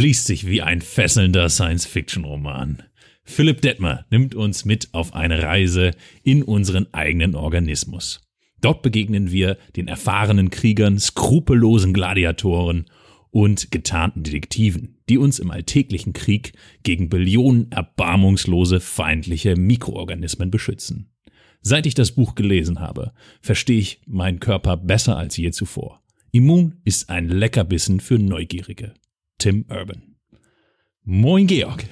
liest sich wie ein fesselnder Science-Fiction-Roman. Philipp Detmer nimmt uns mit auf eine Reise in unseren eigenen Organismus. Dort begegnen wir den erfahrenen Kriegern, skrupellosen Gladiatoren und getarnten Detektiven, die uns im alltäglichen Krieg gegen Billionen erbarmungslose feindliche Mikroorganismen beschützen. Seit ich das Buch gelesen habe, verstehe ich meinen Körper besser als je zuvor. Immun ist ein Leckerbissen für Neugierige. Tim Urban. Moin, Georg.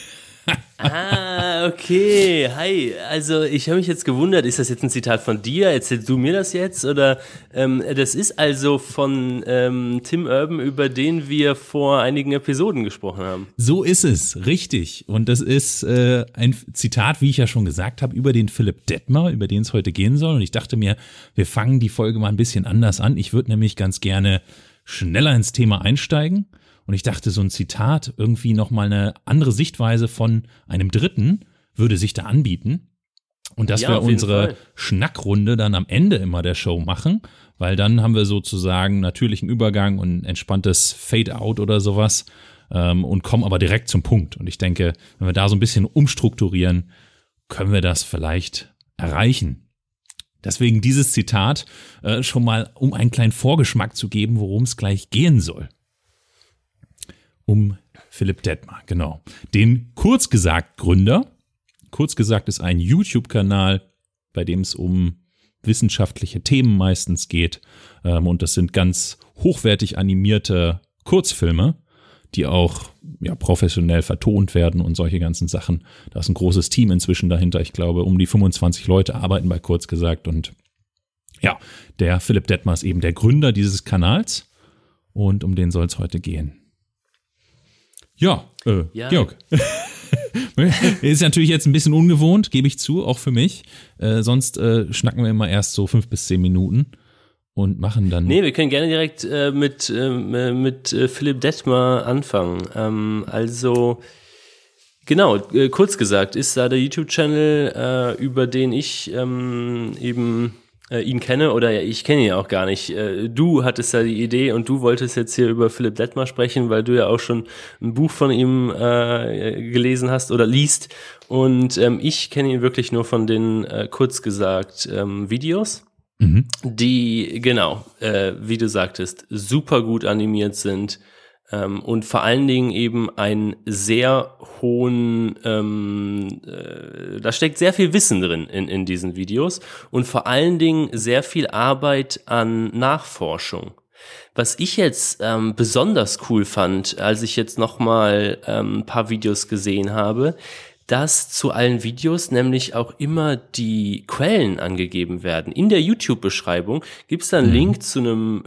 Okay. Hi. Also ich habe mich jetzt gewundert, ist das jetzt ein Zitat von dir? Erzählst du mir das jetzt? Oder das ist also von Tim Urban, über den wir vor einigen Episoden gesprochen haben. So ist es, richtig. Und das ist ein Zitat, wie ich ja schon gesagt habe, über den Philipp Detmer, über den es heute gehen soll. Und ich dachte mir, wir fangen die Folge mal ein bisschen anders an. Ich würde nämlich ganz gerne schneller ins Thema einsteigen. Und ich dachte, so ein Zitat, irgendwie nochmal eine andere Sichtweise von einem Dritten würde sich da anbieten. Und dass wir unsere Schnackrunde dann am Ende immer der Show machen, weil dann haben wir sozusagen natürlichen Übergang und ein entspanntes Fade-out oder sowas und kommen aber direkt zum Punkt. Und ich denke, wenn wir da so ein bisschen umstrukturieren, können wir das vielleicht erreichen. Deswegen dieses Zitat schon mal, um einen kleinen Vorgeschmack zu geben, worum es gleich gehen soll. Um Philipp Detmer, genau. Den Kurzgesagt Gründer. Kurzgesagt ist ein YouTube-Kanal, bei dem es um wissenschaftliche Themen meistens geht. Und das sind ganz hochwertig animierte Kurzfilme, die auch professionell vertont werden und solche ganzen Sachen. Da ist ein großes Team inzwischen dahinter. Ich glaube, um die 25 Leute arbeiten bei Kurzgesagt. Und ja, der Philipp Detmer ist eben der Gründer dieses Kanals. Und um den soll es heute gehen. Ja, Georg. Ist natürlich jetzt ein bisschen ungewohnt, gebe ich zu, auch für mich. Sonst schnacken wir immer erst so 5 bis 10 Minuten und machen dann. Nee, wir können gerne direkt mit Philipp Detmer anfangen. Genau, kurz gesagt, ist da der YouTube-Channel, über den ich eben ihn kenne, oder ich kenne ihn ja auch gar nicht. Du hattest ja die Idee und du wolltest jetzt hier über Philipp Detmer sprechen, weil du ja auch schon ein Buch von ihm gelesen hast oder liest. Und ich kenne ihn wirklich nur von den kurz gesagt Videos, die, genau, wie du sagtest, super gut animiert sind. Und vor allen Dingen eben einen sehr hohen, da steckt sehr viel Wissen drin in diesen Videos und vor allen Dingen sehr viel Arbeit an Nachforschung. Was ich jetzt besonders cool fand, als ich jetzt nochmal ein paar Videos gesehen habe, dass zu allen Videos nämlich auch immer die Quellen angegeben werden. In der YouTube-Beschreibung gibt es dann einen Link zu einem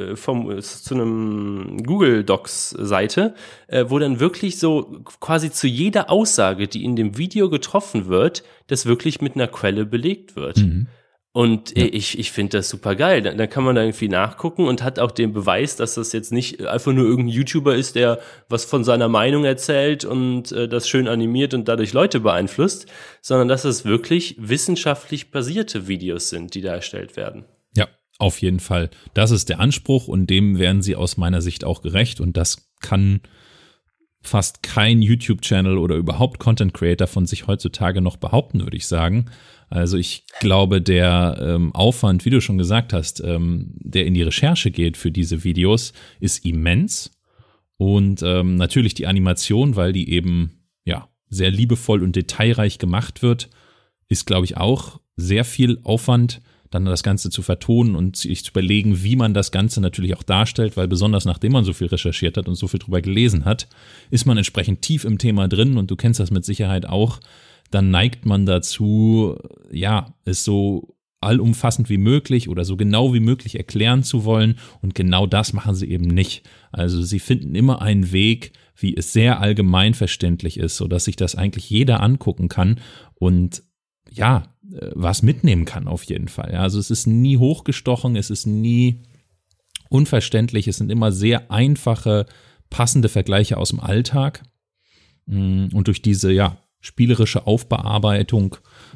Google Docs-Seite, wo dann wirklich so quasi zu jeder Aussage, die in dem Video getroffen wird, das wirklich mit einer Quelle belegt wird. Und ich finde das super geil. Dann kann man da irgendwie nachgucken und hat auch den Beweis, dass das jetzt nicht einfach nur irgendein YouTuber ist, der was von seiner Meinung erzählt und das schön animiert und dadurch Leute beeinflusst, sondern dass es wirklich wissenschaftlich basierte Videos sind, die da erstellt werden. Ja, auf jeden Fall. Das ist der Anspruch und dem werden sie aus meiner Sicht auch gerecht und das kann fast kein YouTube-Channel oder überhaupt Content-Creator von sich heutzutage noch behaupten, würde ich sagen. Also ich glaube, der Aufwand, wie du schon gesagt hast, der in die Recherche geht für diese Videos, ist immens. Und natürlich die Animation, weil die eben sehr liebevoll und detailreich gemacht wird, ist, glaube ich, auch sehr viel Aufwand, dann das Ganze zu vertonen und sich zu überlegen, wie man das Ganze natürlich auch darstellt, weil besonders nachdem man so viel recherchiert hat und so viel drüber gelesen hat, ist man entsprechend tief im Thema drin und du kennst das mit Sicherheit auch, dann neigt man dazu, es so allumfassend wie möglich oder so genau wie möglich erklären zu wollen und genau das machen sie eben nicht. Also sie finden immer einen Weg, wie es sehr allgemein verständlich ist, sodass sich das eigentlich jeder angucken kann und was mitnehmen kann auf jeden Fall. Ja, also es ist nie hochgestochen, es ist nie unverständlich, es sind immer sehr einfache, passende Vergleiche aus dem Alltag und durch diese, spielerische Aufbearbeitung,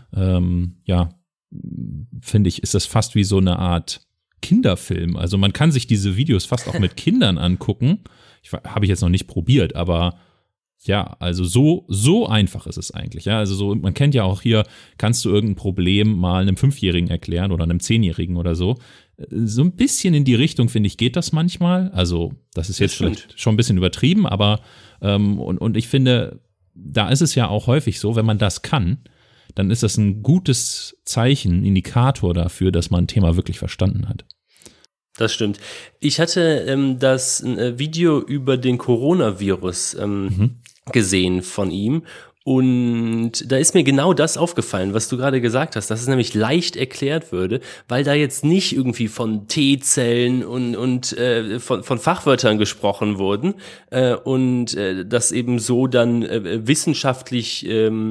finde ich, ist das fast wie so eine Art Kinderfilm. Also man kann sich diese Videos fast auch mit Kindern angucken. Habe ich jetzt noch nicht probiert, aber ja, also so einfach ist es eigentlich. Ja, also so, man kennt ja auch hier, kannst du irgendein Problem mal einem 5-Jährigen erklären oder einem 10-Jährigen oder so. So ein bisschen in die Richtung, finde ich, geht das manchmal. Also, das ist jetzt vielleicht schon ein bisschen übertrieben, aber und ich finde, da ist es ja auch häufig so, wenn man das kann, dann ist das ein gutes Zeichen, Indikator dafür, dass man ein Thema wirklich verstanden hat. Das stimmt. Ich hatte das Video über den Coronavirus gesehen von ihm und da ist mir genau das aufgefallen, was du gerade gesagt hast, dass es nämlich leicht erklärt würde, weil da jetzt nicht irgendwie von T-Zellen und von Fachwörtern gesprochen wurden und das eben so dann wissenschaftlich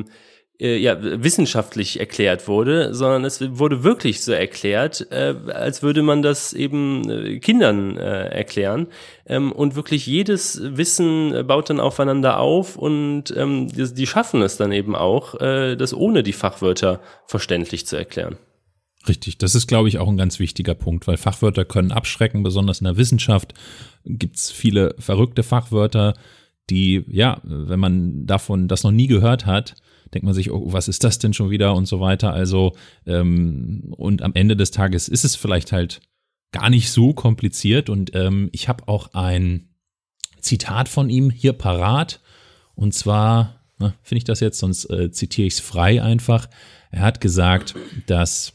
erklärt wurde, sondern es wurde wirklich so erklärt, als würde man das eben Kindern erklären. Und wirklich jedes Wissen baut dann aufeinander auf und die schaffen es dann eben auch, das ohne die Fachwörter verständlich zu erklären. Richtig, das ist, glaube ich, auch ein ganz wichtiger Punkt, weil Fachwörter können abschrecken, besonders in der Wissenschaft gibt es viele verrückte Fachwörter, die, ja, wenn man davon das noch nie gehört hat, denkt man sich, oh, was ist das denn schon wieder und so weiter. Also, und am Ende des Tages ist es vielleicht halt gar nicht so kompliziert. Und ich habe auch ein Zitat von ihm hier parat. Und zwar, finde ich das jetzt, sonst zitiere ich es frei einfach. Er hat gesagt, dass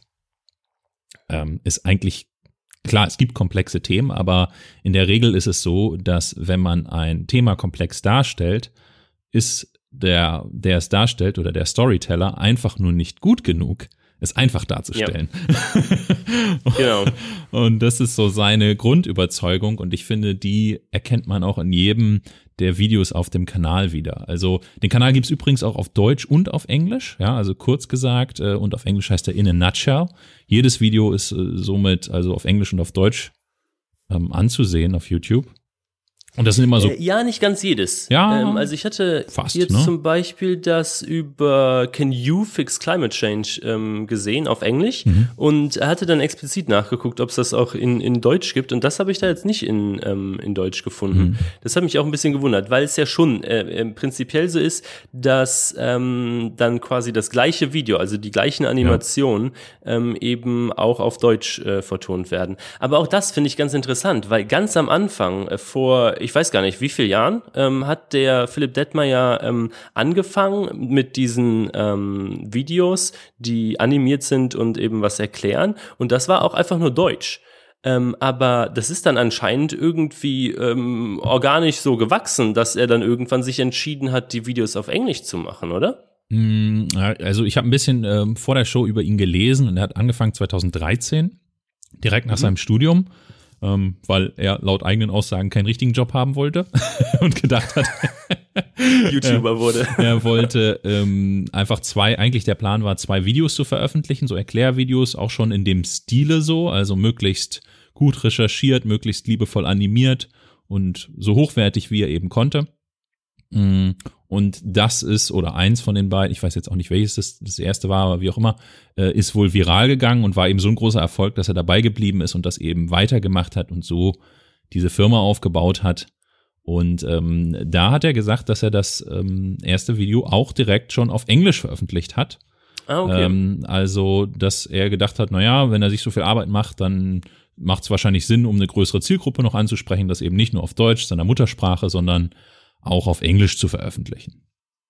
es eigentlich, klar, es gibt komplexe Themen, aber in der Regel ist es so, dass wenn man ein Thema komplex darstellt, ist der es darstellt oder der Storyteller einfach nur nicht gut genug, es einfach darzustellen. Ja. Genau. Und das ist so seine Grundüberzeugung und ich finde, die erkennt man auch in jedem der Videos auf dem Kanal wieder. Also den Kanal gibt's übrigens auch auf Deutsch und auf Englisch, ja, also kurz gesagt und auf Englisch heißt er In a Nutshell. Jedes Video ist somit also auf Englisch und auf Deutsch anzusehen auf YouTube. Und das sind immer so. Ja, nicht ganz jedes. Ja, also ich hatte fast, jetzt ne? zum Beispiel das über Can You Fix Climate Change gesehen auf Englisch und er hatte dann explizit nachgeguckt, ob es das auch in Deutsch gibt und das habe ich da jetzt nicht in Deutsch gefunden. Das hat mich auch ein bisschen gewundert, weil es ja schon prinzipiell so ist, dass dann quasi das gleiche Video, also die gleichen Animationen eben auch auf Deutsch vertont werden. Aber auch das finde ich ganz interessant, weil ganz am Anfang ich weiß gar nicht, wie viele Jahren, hat der Philipp Dettmeier angefangen mit diesen Videos, die animiert sind und eben was erklären. Und das war auch einfach nur Deutsch. Aber das ist dann anscheinend irgendwie organisch so gewachsen, dass er dann irgendwann sich entschieden hat, die Videos auf Englisch zu machen, oder? Also ich habe ein bisschen vor der Show über ihn gelesen und er hat angefangen 2013, direkt nach seinem Studium. Weil er laut eigenen Aussagen keinen richtigen Job haben wollte und gedacht hat, YouTuber wurde. Er wollte einfach eigentlich der Plan war, 2 Videos zu veröffentlichen, so Erklärvideos, auch schon in dem Stile so, also möglichst gut recherchiert, möglichst liebevoll animiert und so hochwertig, wie er eben konnte. Und das ist, oder eins von den beiden, ich weiß jetzt auch nicht, welches das erste war, aber wie auch immer, ist wohl viral gegangen und war eben so ein großer Erfolg, dass er dabei geblieben ist und das eben weitergemacht hat und so diese Firma aufgebaut hat. Und da hat er gesagt, dass er das erste Video auch direkt schon auf Englisch veröffentlicht hat. Ah, okay. Also, dass er gedacht hat, naja, wenn er sich so viel Arbeit macht, dann macht es wahrscheinlich Sinn, um eine größere Zielgruppe noch anzusprechen, das eben nicht nur auf Deutsch, seiner Muttersprache, sondern auch auf Englisch zu veröffentlichen.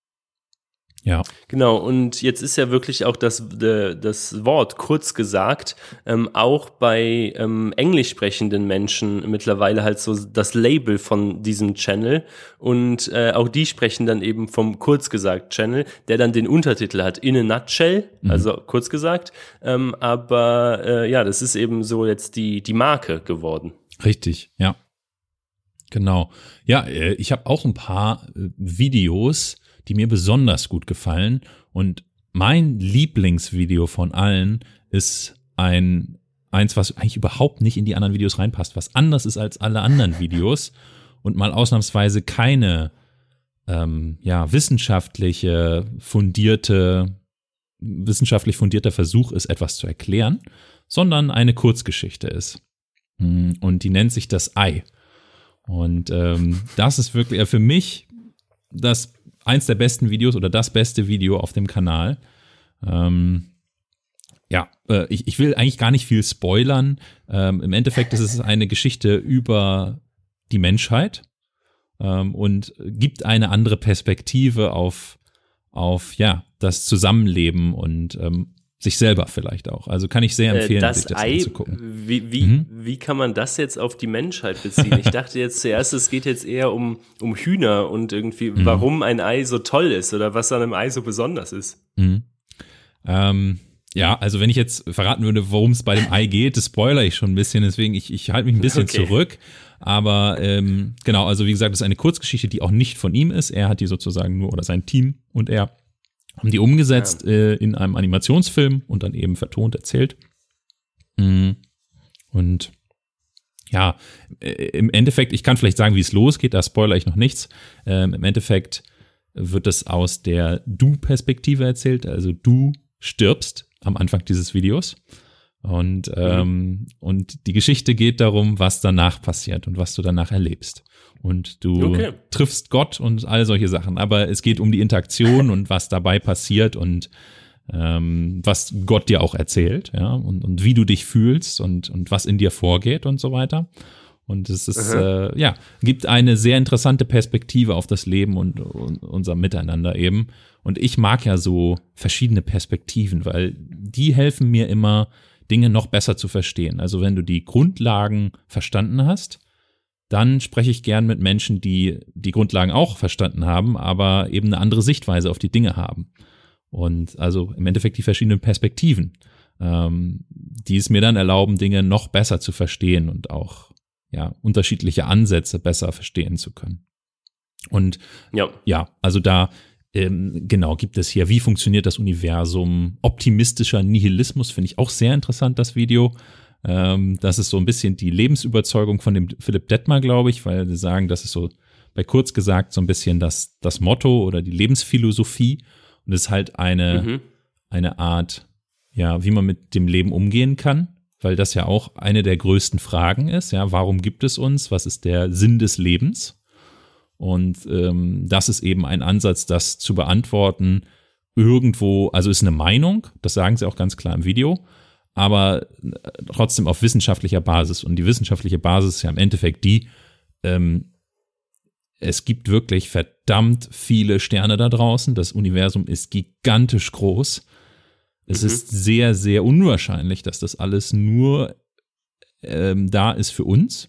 Ja. Genau, und jetzt ist ja wirklich auch das Wort kurz gesagt auch bei englisch sprechenden Menschen mittlerweile halt so das Label von diesem Channel und auch die sprechen dann eben vom kurz gesagt Channel, der dann den Untertitel hat, In a Nutshell, also kurz gesagt, aber ja, das ist eben so jetzt die Marke geworden. Richtig, ja. Genau. Ja, ich habe auch ein paar Videos, die mir besonders gut gefallen. Und mein Lieblingsvideo von allen ist eins, was eigentlich überhaupt nicht in die anderen Videos reinpasst, was anders ist als alle anderen Videos und mal ausnahmsweise keine wissenschaftlich fundierter Versuch ist, etwas zu erklären, sondern eine Kurzgeschichte ist. Und die nennt sich Das Ei. Und das ist wirklich für mich eins der besten Videos oder das beste Video auf dem Kanal. Ich will eigentlich gar nicht viel spoilern. Im Endeffekt ist es eine Geschichte über die Menschheit und gibt eine andere Perspektive auf das Zusammenleben und sich selber vielleicht auch. Also kann ich sehr empfehlen, sich das anzugucken. Wie kann man das jetzt auf die Menschheit beziehen? Ich dachte jetzt zuerst, es geht jetzt eher um Hühner und irgendwie, warum ein Ei so toll ist oder was an einem Ei so besonders ist. Also wenn ich jetzt verraten würde, worum es bei dem Ei geht, das spoilere ich schon ein bisschen, deswegen ich halte mich ein bisschen zurück. Aber genau, also wie gesagt, das ist eine Kurzgeschichte, die auch nicht von ihm ist. Er hat die sozusagen nur, oder sein Team und er haben die umgesetzt in einem Animationsfilm und dann eben vertont erzählt. Und ja, im Endeffekt, ich kann vielleicht sagen, wie es losgeht, da spoilere ich noch nichts. Im Endeffekt wird es aus der Du-Perspektive erzählt, also du stirbst am Anfang dieses Videos. Und die Geschichte geht darum, was danach passiert und was du danach erlebst. Und du triffst Gott und all solche Sachen. Aber es geht um die Interaktion und was dabei passiert und was Gott dir auch erzählt, ja, und wie du dich fühlst und was in dir vorgeht und so weiter. Und es ist, gibt eine sehr interessante Perspektive auf das Leben und unser Miteinander eben. Und ich mag ja so verschiedene Perspektiven, weil die helfen mir immer, Dinge noch besser zu verstehen. Also wenn du die Grundlagen verstanden hast, dann spreche ich gern mit Menschen, die die Grundlagen auch verstanden haben, aber eben eine andere Sichtweise auf die Dinge haben. Und also im Endeffekt die verschiedenen Perspektiven, die es mir dann erlauben, Dinge noch besser zu verstehen und auch unterschiedliche Ansätze besser verstehen zu können. Und also da gibt es hier, wie funktioniert das Universum? Optimistischer Nihilismus finde ich auch sehr interessant, das Video. Das ist so ein bisschen die Lebensüberzeugung von dem Philipp Detmer, glaube ich, weil sie sagen, das ist so, bei kurz gesagt, so ein bisschen das Motto oder die Lebensphilosophie. Und es ist halt eine Art, wie man mit dem Leben umgehen kann, weil das ja auch eine der größten Fragen ist. Ja, warum gibt es uns? Was ist der Sinn des Lebens? Und das ist eben ein Ansatz, das zu beantworten irgendwo, also ist eine Meinung, das sagen sie auch ganz klar im Video, aber trotzdem auf wissenschaftlicher Basis. Und die wissenschaftliche Basis ist ja im Endeffekt die, es gibt wirklich verdammt viele Sterne da draußen. Das Universum ist gigantisch groß. Es ist sehr, sehr unwahrscheinlich, dass das alles nur da ist für uns.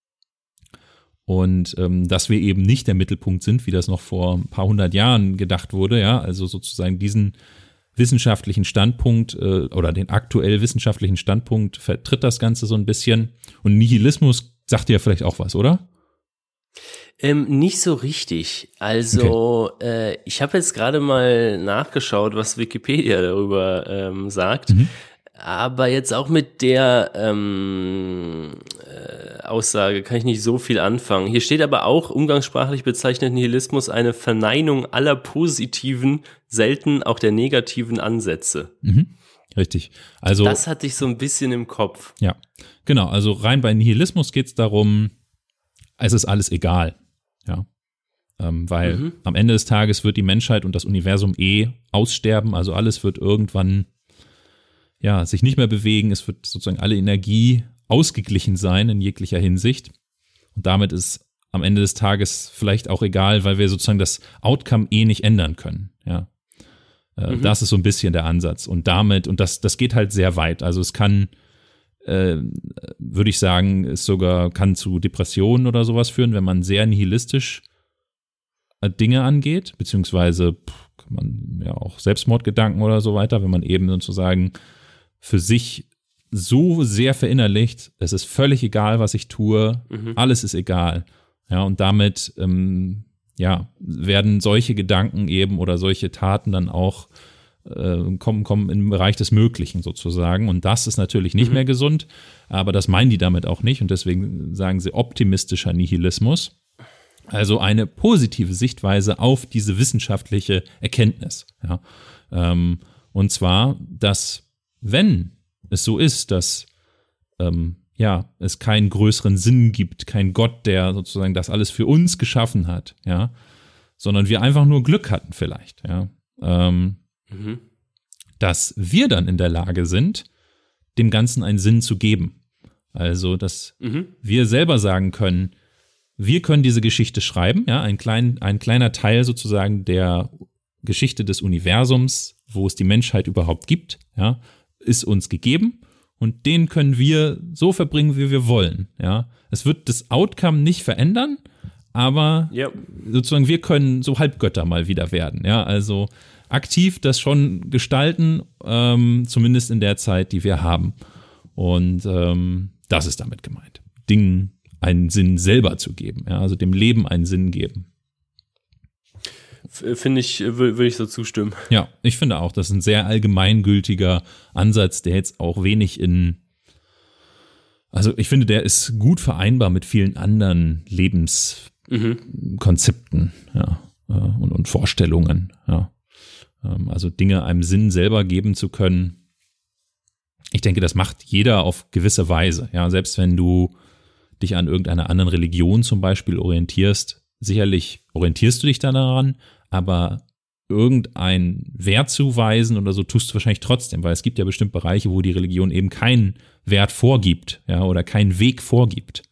Und dass wir eben nicht der Mittelpunkt sind, wie das noch vor ein paar hundert Jahren gedacht wurde. Ja, also sozusagen diesen wissenschaftlichen Standpunkt oder den aktuell wissenschaftlichen Standpunkt vertritt das Ganze so ein bisschen. Und Nihilismus sagt dir ja vielleicht auch was, oder? Nicht so richtig. Also ich habe jetzt gerade mal nachgeschaut, was Wikipedia darüber sagt. Aber jetzt auch mit der Aussage kann ich nicht so viel anfangen. Hier steht aber auch, umgangssprachlich bezeichnet Nihilismus eine Verneinung aller positiven, selten auch der negativen Ansätze. Richtig. Also das hatte ich so ein bisschen im Kopf. Ja, genau. Also rein bei Nihilismus geht es darum, es ist alles egal. Ja. Weil am Ende des Tages wird die Menschheit und das Universum aussterben. Also alles wird irgendwann sich nicht mehr bewegen. Es wird sozusagen alle Energie ausgeglichen sein in jeglicher Hinsicht. Und damit ist am Ende des Tages vielleicht auch egal, weil wir sozusagen das Outcome nicht ändern können. Ja. Das ist so ein bisschen der Ansatz. Und damit, und das geht halt sehr weit. Also es kann, würde ich sagen, es sogar kann zu Depressionen oder sowas führen, wenn man sehr nihilistisch Dinge angeht, beziehungsweise kann man auch Selbstmordgedanken oder so weiter, wenn man eben sozusagen für sich so sehr verinnerlicht, es ist völlig egal, was ich tue, alles ist egal. Ja, und damit werden solche Gedanken eben oder solche Taten dann auch kommen im Bereich des Möglichen sozusagen. Und das ist natürlich nicht mehr gesund, aber das meinen die damit auch nicht. Und deswegen sagen sie optimistischer Nihilismus. Also eine positive Sichtweise auf diese wissenschaftliche Erkenntnis. Ja. Und zwar, dass wenn es so ist, dass es keinen größeren Sinn gibt, kein Gott, der sozusagen das alles für uns geschaffen hat, ja, sondern wir einfach nur Glück hatten vielleicht, ja, dass wir dann in der Lage sind, dem Ganzen einen Sinn zu geben. Also, dass wir selber sagen können, wir können diese Geschichte schreiben, ja, ein kleiner Teil sozusagen der Geschichte des Universums, wo es die Menschheit überhaupt gibt, ja, ist uns gegeben und den können wir so verbringen, wie wir wollen, ja. Es wird das Outcome nicht verändern, aber sozusagen wir können so Halbgötter mal wieder werden, ja, also aktiv das schon gestalten, zumindest in der Zeit, die wir haben. Und das ist damit gemeint. Dingen einen Sinn selber zu geben, ja, also dem Leben einen Sinn geben. Finde ich, würde ich so zustimmen. Ja, ich finde auch, das ist ein sehr allgemeingültiger Ansatz, der jetzt auch wenig also ich finde, der ist gut vereinbar mit vielen anderen Lebenskonzepten, ja, und Vorstellungen, ja. Also Dinge einem Sinn selber geben zu können. Ich denke, das macht jeder auf gewisse Weise, ja, selbst wenn du dich an irgendeiner anderen Religion zum Beispiel orientierst, sicherlich orientierst du dich dann daran, aber irgendeinen Wert zuweisen oder so tust du wahrscheinlich trotzdem, weil es gibt ja bestimmt Bereiche, wo die Religion eben keinen Wert vorgibt, ja, oder keinen Weg vorgibt.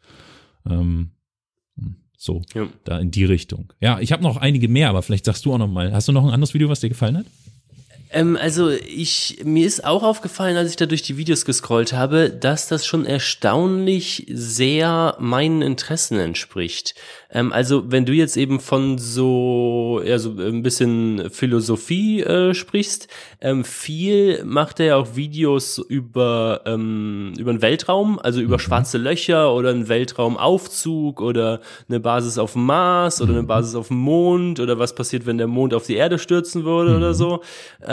Da in die Richtung. Ja, ich habe noch einige mehr, aber vielleicht sagst du auch noch mal. Hast du noch ein anderes Video, was dir gefallen hat? Also mir ist auch aufgefallen, als ich da durch die Videos gescrollt habe, dass das schon erstaunlich sehr meinen Interessen entspricht. Also wenn du jetzt eben von so ein bisschen Philosophie sprichst, viel macht er ja auch Videos über den Weltraum, also über schwarze Löcher oder einen Weltraumaufzug oder eine Basis auf dem Mars oder eine Basis auf dem Mond oder was passiert, wenn der Mond auf die Erde stürzen würde oder so.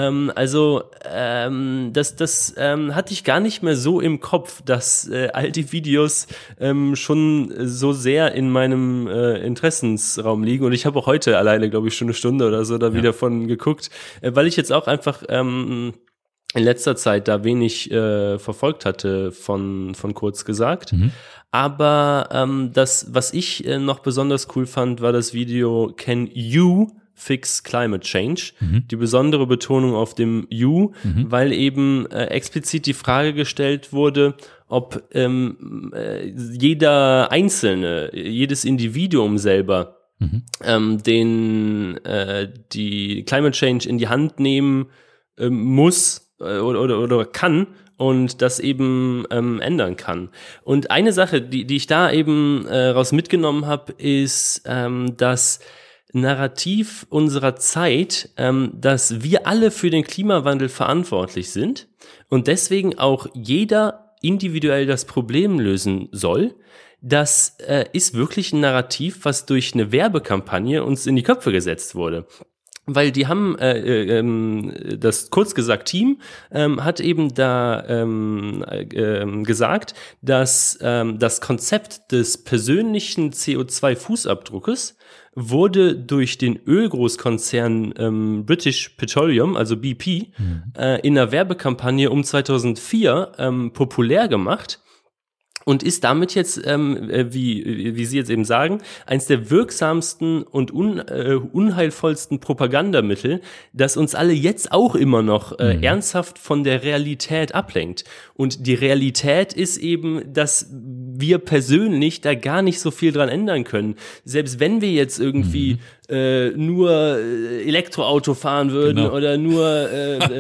Das hatte ich gar nicht mehr so im Kopf, dass all die Videos schon so sehr in meinem Interessensraum liegen. Und ich habe auch heute alleine, glaube ich, schon eine Stunde oder so da wieder von geguckt, weil ich jetzt auch einfach in letzter Zeit da wenig verfolgt hatte von kurz gesagt. Aber das, was ich noch besonders cool fand, war das Video Can You Fix Climate Change. Die besondere Betonung auf dem You, weil eben explizit die Frage gestellt wurde, ob jeder Einzelne, jedes Individuum selber die Climate Change in die Hand nehmen muss oder kann und das eben ändern kann. Und eine Sache, die ich da eben raus mitgenommen habe, ist, dass Narrativ unserer Zeit, dass wir alle für den Klimawandel verantwortlich sind und deswegen auch jeder individuell das Problem lösen soll, das ist wirklich ein Narrativ, was durch eine Werbekampagne uns in die Köpfe gesetzt wurde. Weil die haben, das kurz gesagt Team, hat eben da gesagt, dass das Konzept des persönlichen CO2-Fußabdruckes wurde durch den Ölgroßkonzern British Petroleum, also BP, in einer Werbekampagne um 2004 populär gemacht. Und ist damit jetzt, wie Sie jetzt eben sagen, eins der wirksamsten und unheilvollsten Propagandamittel, das uns alle jetzt auch immer noch ernsthaft von der Realität ablenkt. Und die Realität ist eben, dass wir persönlich da gar nicht so viel dran ändern können. Selbst wenn wir jetzt irgendwie nur Elektroauto fahren würden oder nur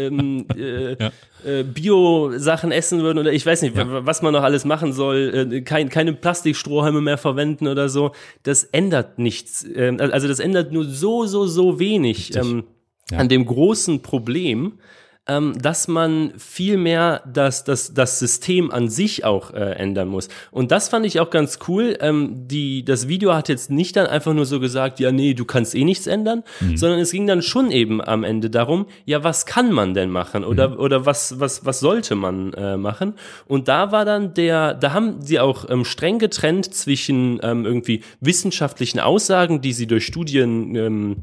Bio-Sachen essen würden oder ich weiß nicht, was man noch alles machen soll, keine Plastikstrohhalme mehr verwenden oder so, das ändert nichts. Also das ändert nur so wenig an dem großen Problem, dass man viel mehr das System an sich auch ändern muss. Und das fand ich auch ganz cool. Das Video hat jetzt nicht dann einfach nur so gesagt, ja, nee, du kannst eh nichts ändern, sondern es ging dann schon eben am Ende darum, ja, was kann man denn machen oder was sollte man machen? Und da war dann da haben sie auch streng getrennt zwischen irgendwie wissenschaftlichen Aussagen, die sie durch Studien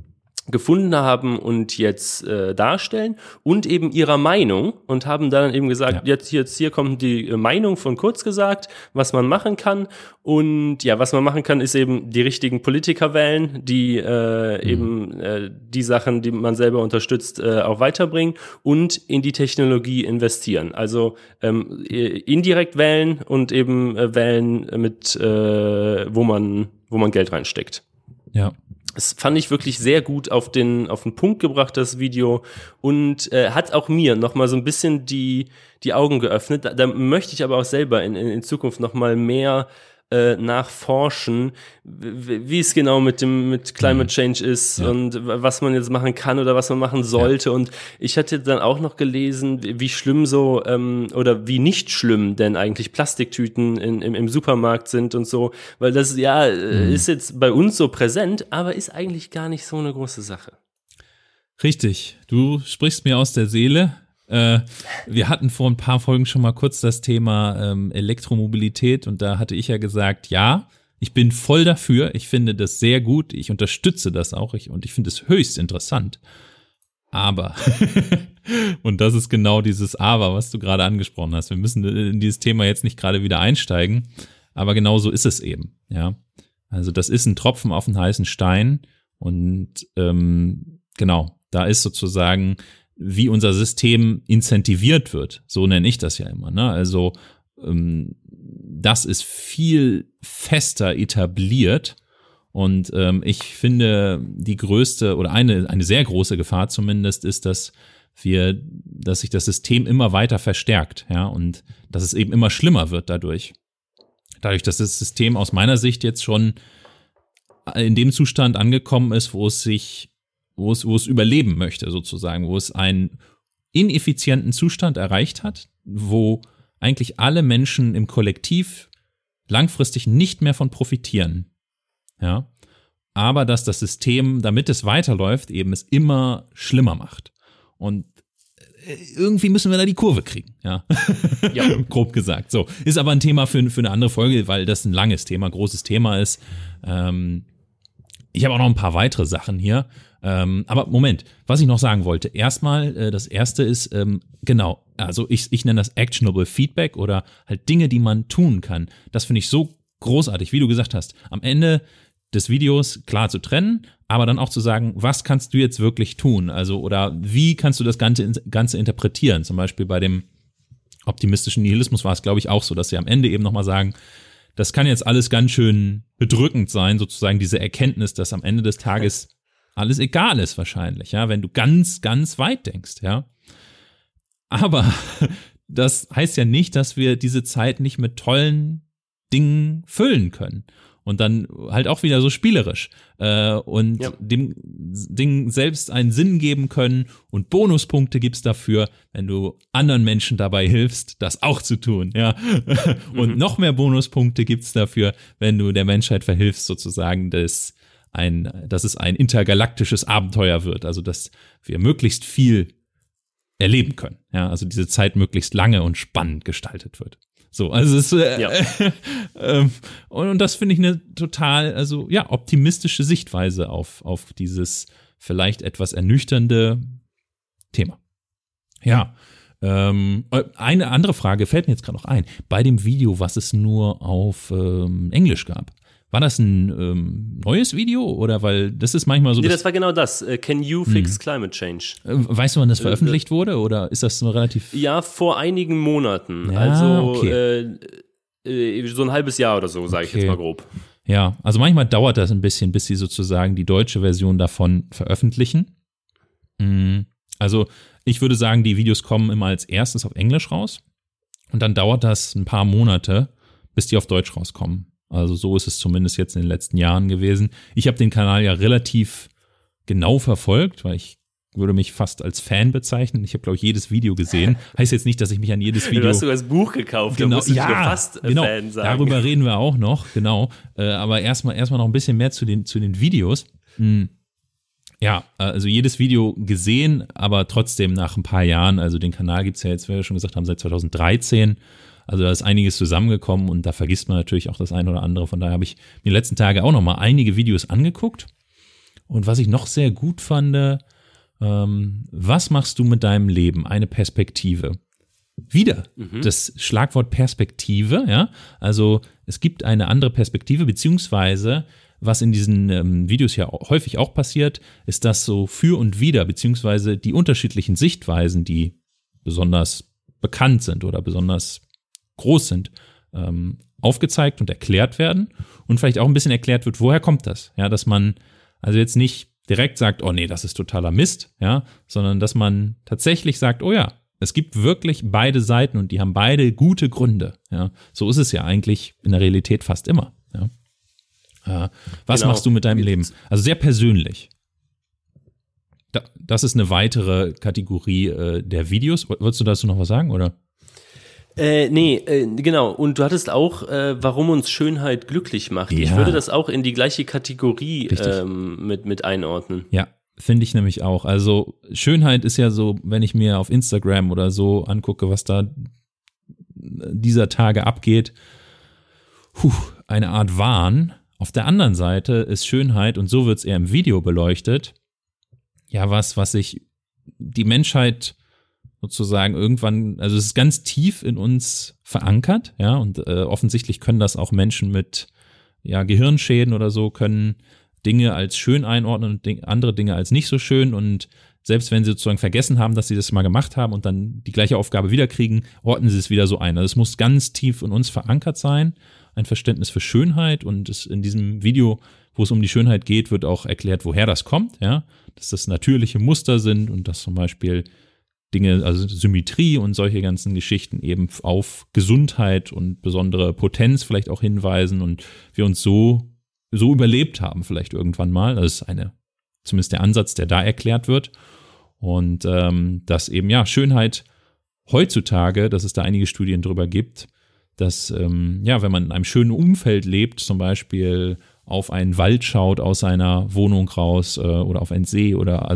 gefunden haben und jetzt darstellen und eben ihrer Meinung und haben dann eben gesagt, jetzt hier kommt die Meinung von Kurzgesagt, was man machen kann und ja, was man machen kann, ist eben die richtigen Politiker wählen, die eben die Sachen, die man selber unterstützt, auch weiterbringen und in die Technologie investieren. Also indirekt wählen und eben wählen mit wo man Geld reinsteckt. Ja. Das fand ich wirklich sehr gut auf den Punkt gebracht, das Video, und hat auch mir nochmal so ein bisschen die Augen geöffnet. Da möchte ich aber auch selber in Zukunft nochmal mehr nachforschen, wie es genau mit Climate Change ist und was man jetzt machen kann oder was man machen sollte. Und ich hatte dann auch noch gelesen, wie schlimm so oder wie nicht schlimm denn eigentlich Plastiktüten im Supermarkt sind und so, weil das ist jetzt bei uns so präsent, aber ist eigentlich gar nicht so eine große Sache. Richtig, du sprichst mir aus der Seele. Wir hatten vor ein paar Folgen schon mal kurz das Thema Elektromobilität und da hatte ich ja gesagt, ja, ich bin voll dafür, ich finde das sehr gut, ich unterstütze das auch und ich finde es höchst interessant. Aber, und das ist genau dieses Aber, was du gerade angesprochen hast, wir müssen in dieses Thema jetzt nicht gerade wieder einsteigen, aber genau so ist es eben, ja. Also das ist ein Tropfen auf den heißen Stein und genau, da ist sozusagen wie unser System incentiviert wird, so nenne ich das ja immer, ne? Also das ist viel fester etabliert und ich finde die größte oder eine sehr große Gefahr zumindest ist, dass sich das System immer weiter verstärkt, ja, und dass es eben immer schlimmer wird dadurch, dass das System aus meiner Sicht jetzt schon in dem Zustand angekommen ist, wo es überleben möchte sozusagen, wo es einen ineffizienten Zustand erreicht hat, wo eigentlich alle Menschen im Kollektiv langfristig nicht mehr von profitieren. Ja, aber dass das System, damit es weiterläuft, eben es immer schlimmer macht. Und irgendwie müssen wir da die Kurve kriegen, ja. Grob gesagt. So, ist aber ein Thema für eine andere Folge, weil das ein langes Thema, großes Thema ist. Ich habe auch noch ein paar weitere Sachen hier. Aber Moment, was ich noch sagen wollte. Erstmal, das erste ist, genau, also ich nenne das Actionable Feedback oder halt Dinge, die man tun kann. Das finde ich so großartig, wie du gesagt hast. Am Ende des Videos klar zu trennen, aber dann auch zu sagen, was kannst du jetzt wirklich tun? Also, oder wie kannst du das Ganze interpretieren? Zum Beispiel bei dem optimistischen Nihilismus war es, glaube ich, auch so, dass sie am Ende eben nochmal sagen, das kann jetzt alles ganz schön bedrückend sein, sozusagen diese Erkenntnis, dass am Ende des Tages alles egal ist wahrscheinlich, ja, wenn du ganz, ganz weit denkst, ja. Aber das heißt ja nicht, dass wir diese Zeit nicht mit tollen Dingen füllen können. Und dann halt auch wieder so spielerisch und dem Ding selbst einen Sinn geben können und Bonuspunkte gibt's dafür, wenn du anderen Menschen dabei hilfst, das auch zu tun, ja. Und noch mehr Bonuspunkte gibt's dafür, wenn du der Menschheit verhilfst, sozusagen, dass es ein intergalaktisches Abenteuer wird, also dass wir möglichst viel erleben können, ja, also diese Zeit möglichst lange und spannend gestaltet wird. So, also es ist, und das finde ich eine total, also ja, optimistische Sichtweise auf dieses vielleicht etwas ernüchternde Thema. Ja, eine andere Frage fällt mir jetzt gerade noch ein. Bei dem Video, was es nur auf Englisch gab, war das ein neues Video oder weil das ist manchmal so. Nee, das war genau das. Can you fix climate change? Weißt du, wann das veröffentlicht wurde oder ist das nur relativ? Ja, vor einigen Monaten. Ja, also okay. So ein halbes Jahr oder so, sage ich jetzt mal grob. Ja, also manchmal dauert das ein bisschen, bis sie sozusagen die deutsche Version davon veröffentlichen. Also ich würde sagen, die Videos kommen immer als erstes auf Englisch raus und dann dauert das ein paar Monate, bis die auf Deutsch rauskommen. Also so ist es zumindest jetzt in den letzten Jahren gewesen. Ich habe den Kanal ja relativ genau verfolgt, weil ich würde mich fast als Fan bezeichnen. Ich habe, glaube ich, jedes Video gesehen. Heißt jetzt nicht, dass ich mich an jedes Video... Du hast sogar das Buch gekauft, genau, da musst du fast Fan sagen. Darüber reden wir auch noch, genau. Aber erstmal noch ein bisschen mehr zu den Videos. Ja, also jedes Video gesehen, aber trotzdem nach ein paar Jahren. Also den Kanal gibt es ja jetzt, wie wir schon gesagt haben, seit 2013. Also da ist einiges zusammengekommen und da vergisst man natürlich auch das eine oder andere. Von daher habe ich mir die letzten Tage auch noch mal einige Videos angeguckt Und was ich noch sehr gut fand, was machst du mit deinem Leben? Eine Perspektive. Wieder das Schlagwort Perspektive, ja. Also es gibt eine andere Perspektive, beziehungsweise was in diesen Videos ja häufig auch passiert, ist, dass so für und wider, beziehungsweise die unterschiedlichen Sichtweisen, die besonders bekannt sind oder besonders groß sind, aufgezeigt und erklärt werden und vielleicht auch ein bisschen erklärt wird, woher kommt das? Ja, dass man also jetzt nicht direkt sagt, oh nee, das ist totaler Mist, ja, sondern dass man tatsächlich sagt, oh ja, es gibt wirklich beide Seiten und die haben beide gute Gründe. Ja, so ist es ja eigentlich in der Realität fast immer. Ja. Was machst du mit deinem Leben? Also sehr persönlich. Das ist eine weitere Kategorie der Videos. Würdest du dazu noch was sagen, oder? Genau. Und du hattest auch, warum uns Schönheit glücklich macht. Ja. Ich würde das auch in die gleiche Kategorie mit einordnen. Ja. Finde ich nämlich auch. Also Schönheit ist ja so, wenn ich mir auf Instagram oder so angucke, was da dieser Tage abgeht, eine Art Wahn. Auf der anderen Seite ist Schönheit, und so wird es eher im Video beleuchtet, ja was sich die Menschheit sozusagen irgendwann, also es ist ganz tief in uns verankert, ja, und offensichtlich können das auch Menschen mit Gehirnschäden oder so, können Dinge als schön einordnen und andere Dinge als nicht so schön, und selbst wenn sie sozusagen vergessen haben, dass sie das mal gemacht haben und dann die gleiche Aufgabe wieder kriegen, ordnen sie es wieder so ein. Also es muss ganz tief in uns verankert sein, ein Verständnis für Schönheit, und in diesem Video, wo es um die Schönheit geht, wird auch erklärt, woher das kommt, ja, dass das natürliche Muster sind und dass zum Beispiel Dinge, also Symmetrie und solche ganzen Geschichten eben auf Gesundheit und besondere Potenz vielleicht auch hinweisen und wir uns so überlebt haben vielleicht irgendwann mal. Das ist zumindest der Ansatz, der da erklärt wird. Und dass eben Schönheit heutzutage, dass es da einige Studien drüber gibt, dass wenn man in einem schönen Umfeld lebt, zum Beispiel auf einen Wald schaut aus seiner Wohnung raus oder auf einen See oder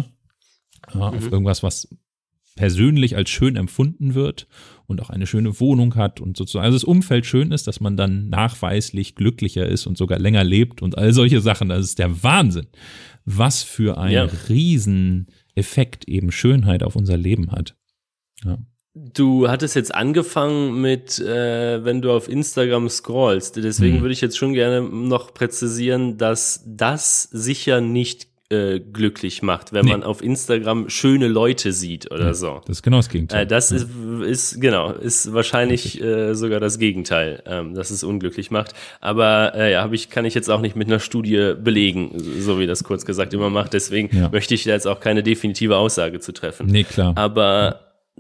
auf irgendwas, was persönlich als schön empfunden wird und auch eine schöne Wohnung hat und sozusagen, also das Umfeld schön ist, dass man dann nachweislich glücklicher ist und sogar länger lebt und all solche Sachen. Das ist der Wahnsinn, was für ein Rieseneffekt eben Schönheit auf unser Leben hat. Ja. Du hattest jetzt angefangen mit, wenn du auf Instagram scrollst, deswegen würde ich jetzt schon gerne noch präzisieren, dass das sicher nicht glücklich macht, wenn man auf Instagram schöne Leute sieht oder so. Das ist genau das Gegenteil. Das ist wahrscheinlich sogar das Gegenteil, dass es unglücklich macht. Aber kann ich jetzt auch nicht mit einer Studie belegen, so wie das kurz gesagt immer macht. Deswegen möchte ich da jetzt auch keine definitive Aussage zu treffen. Nee, klar. Aber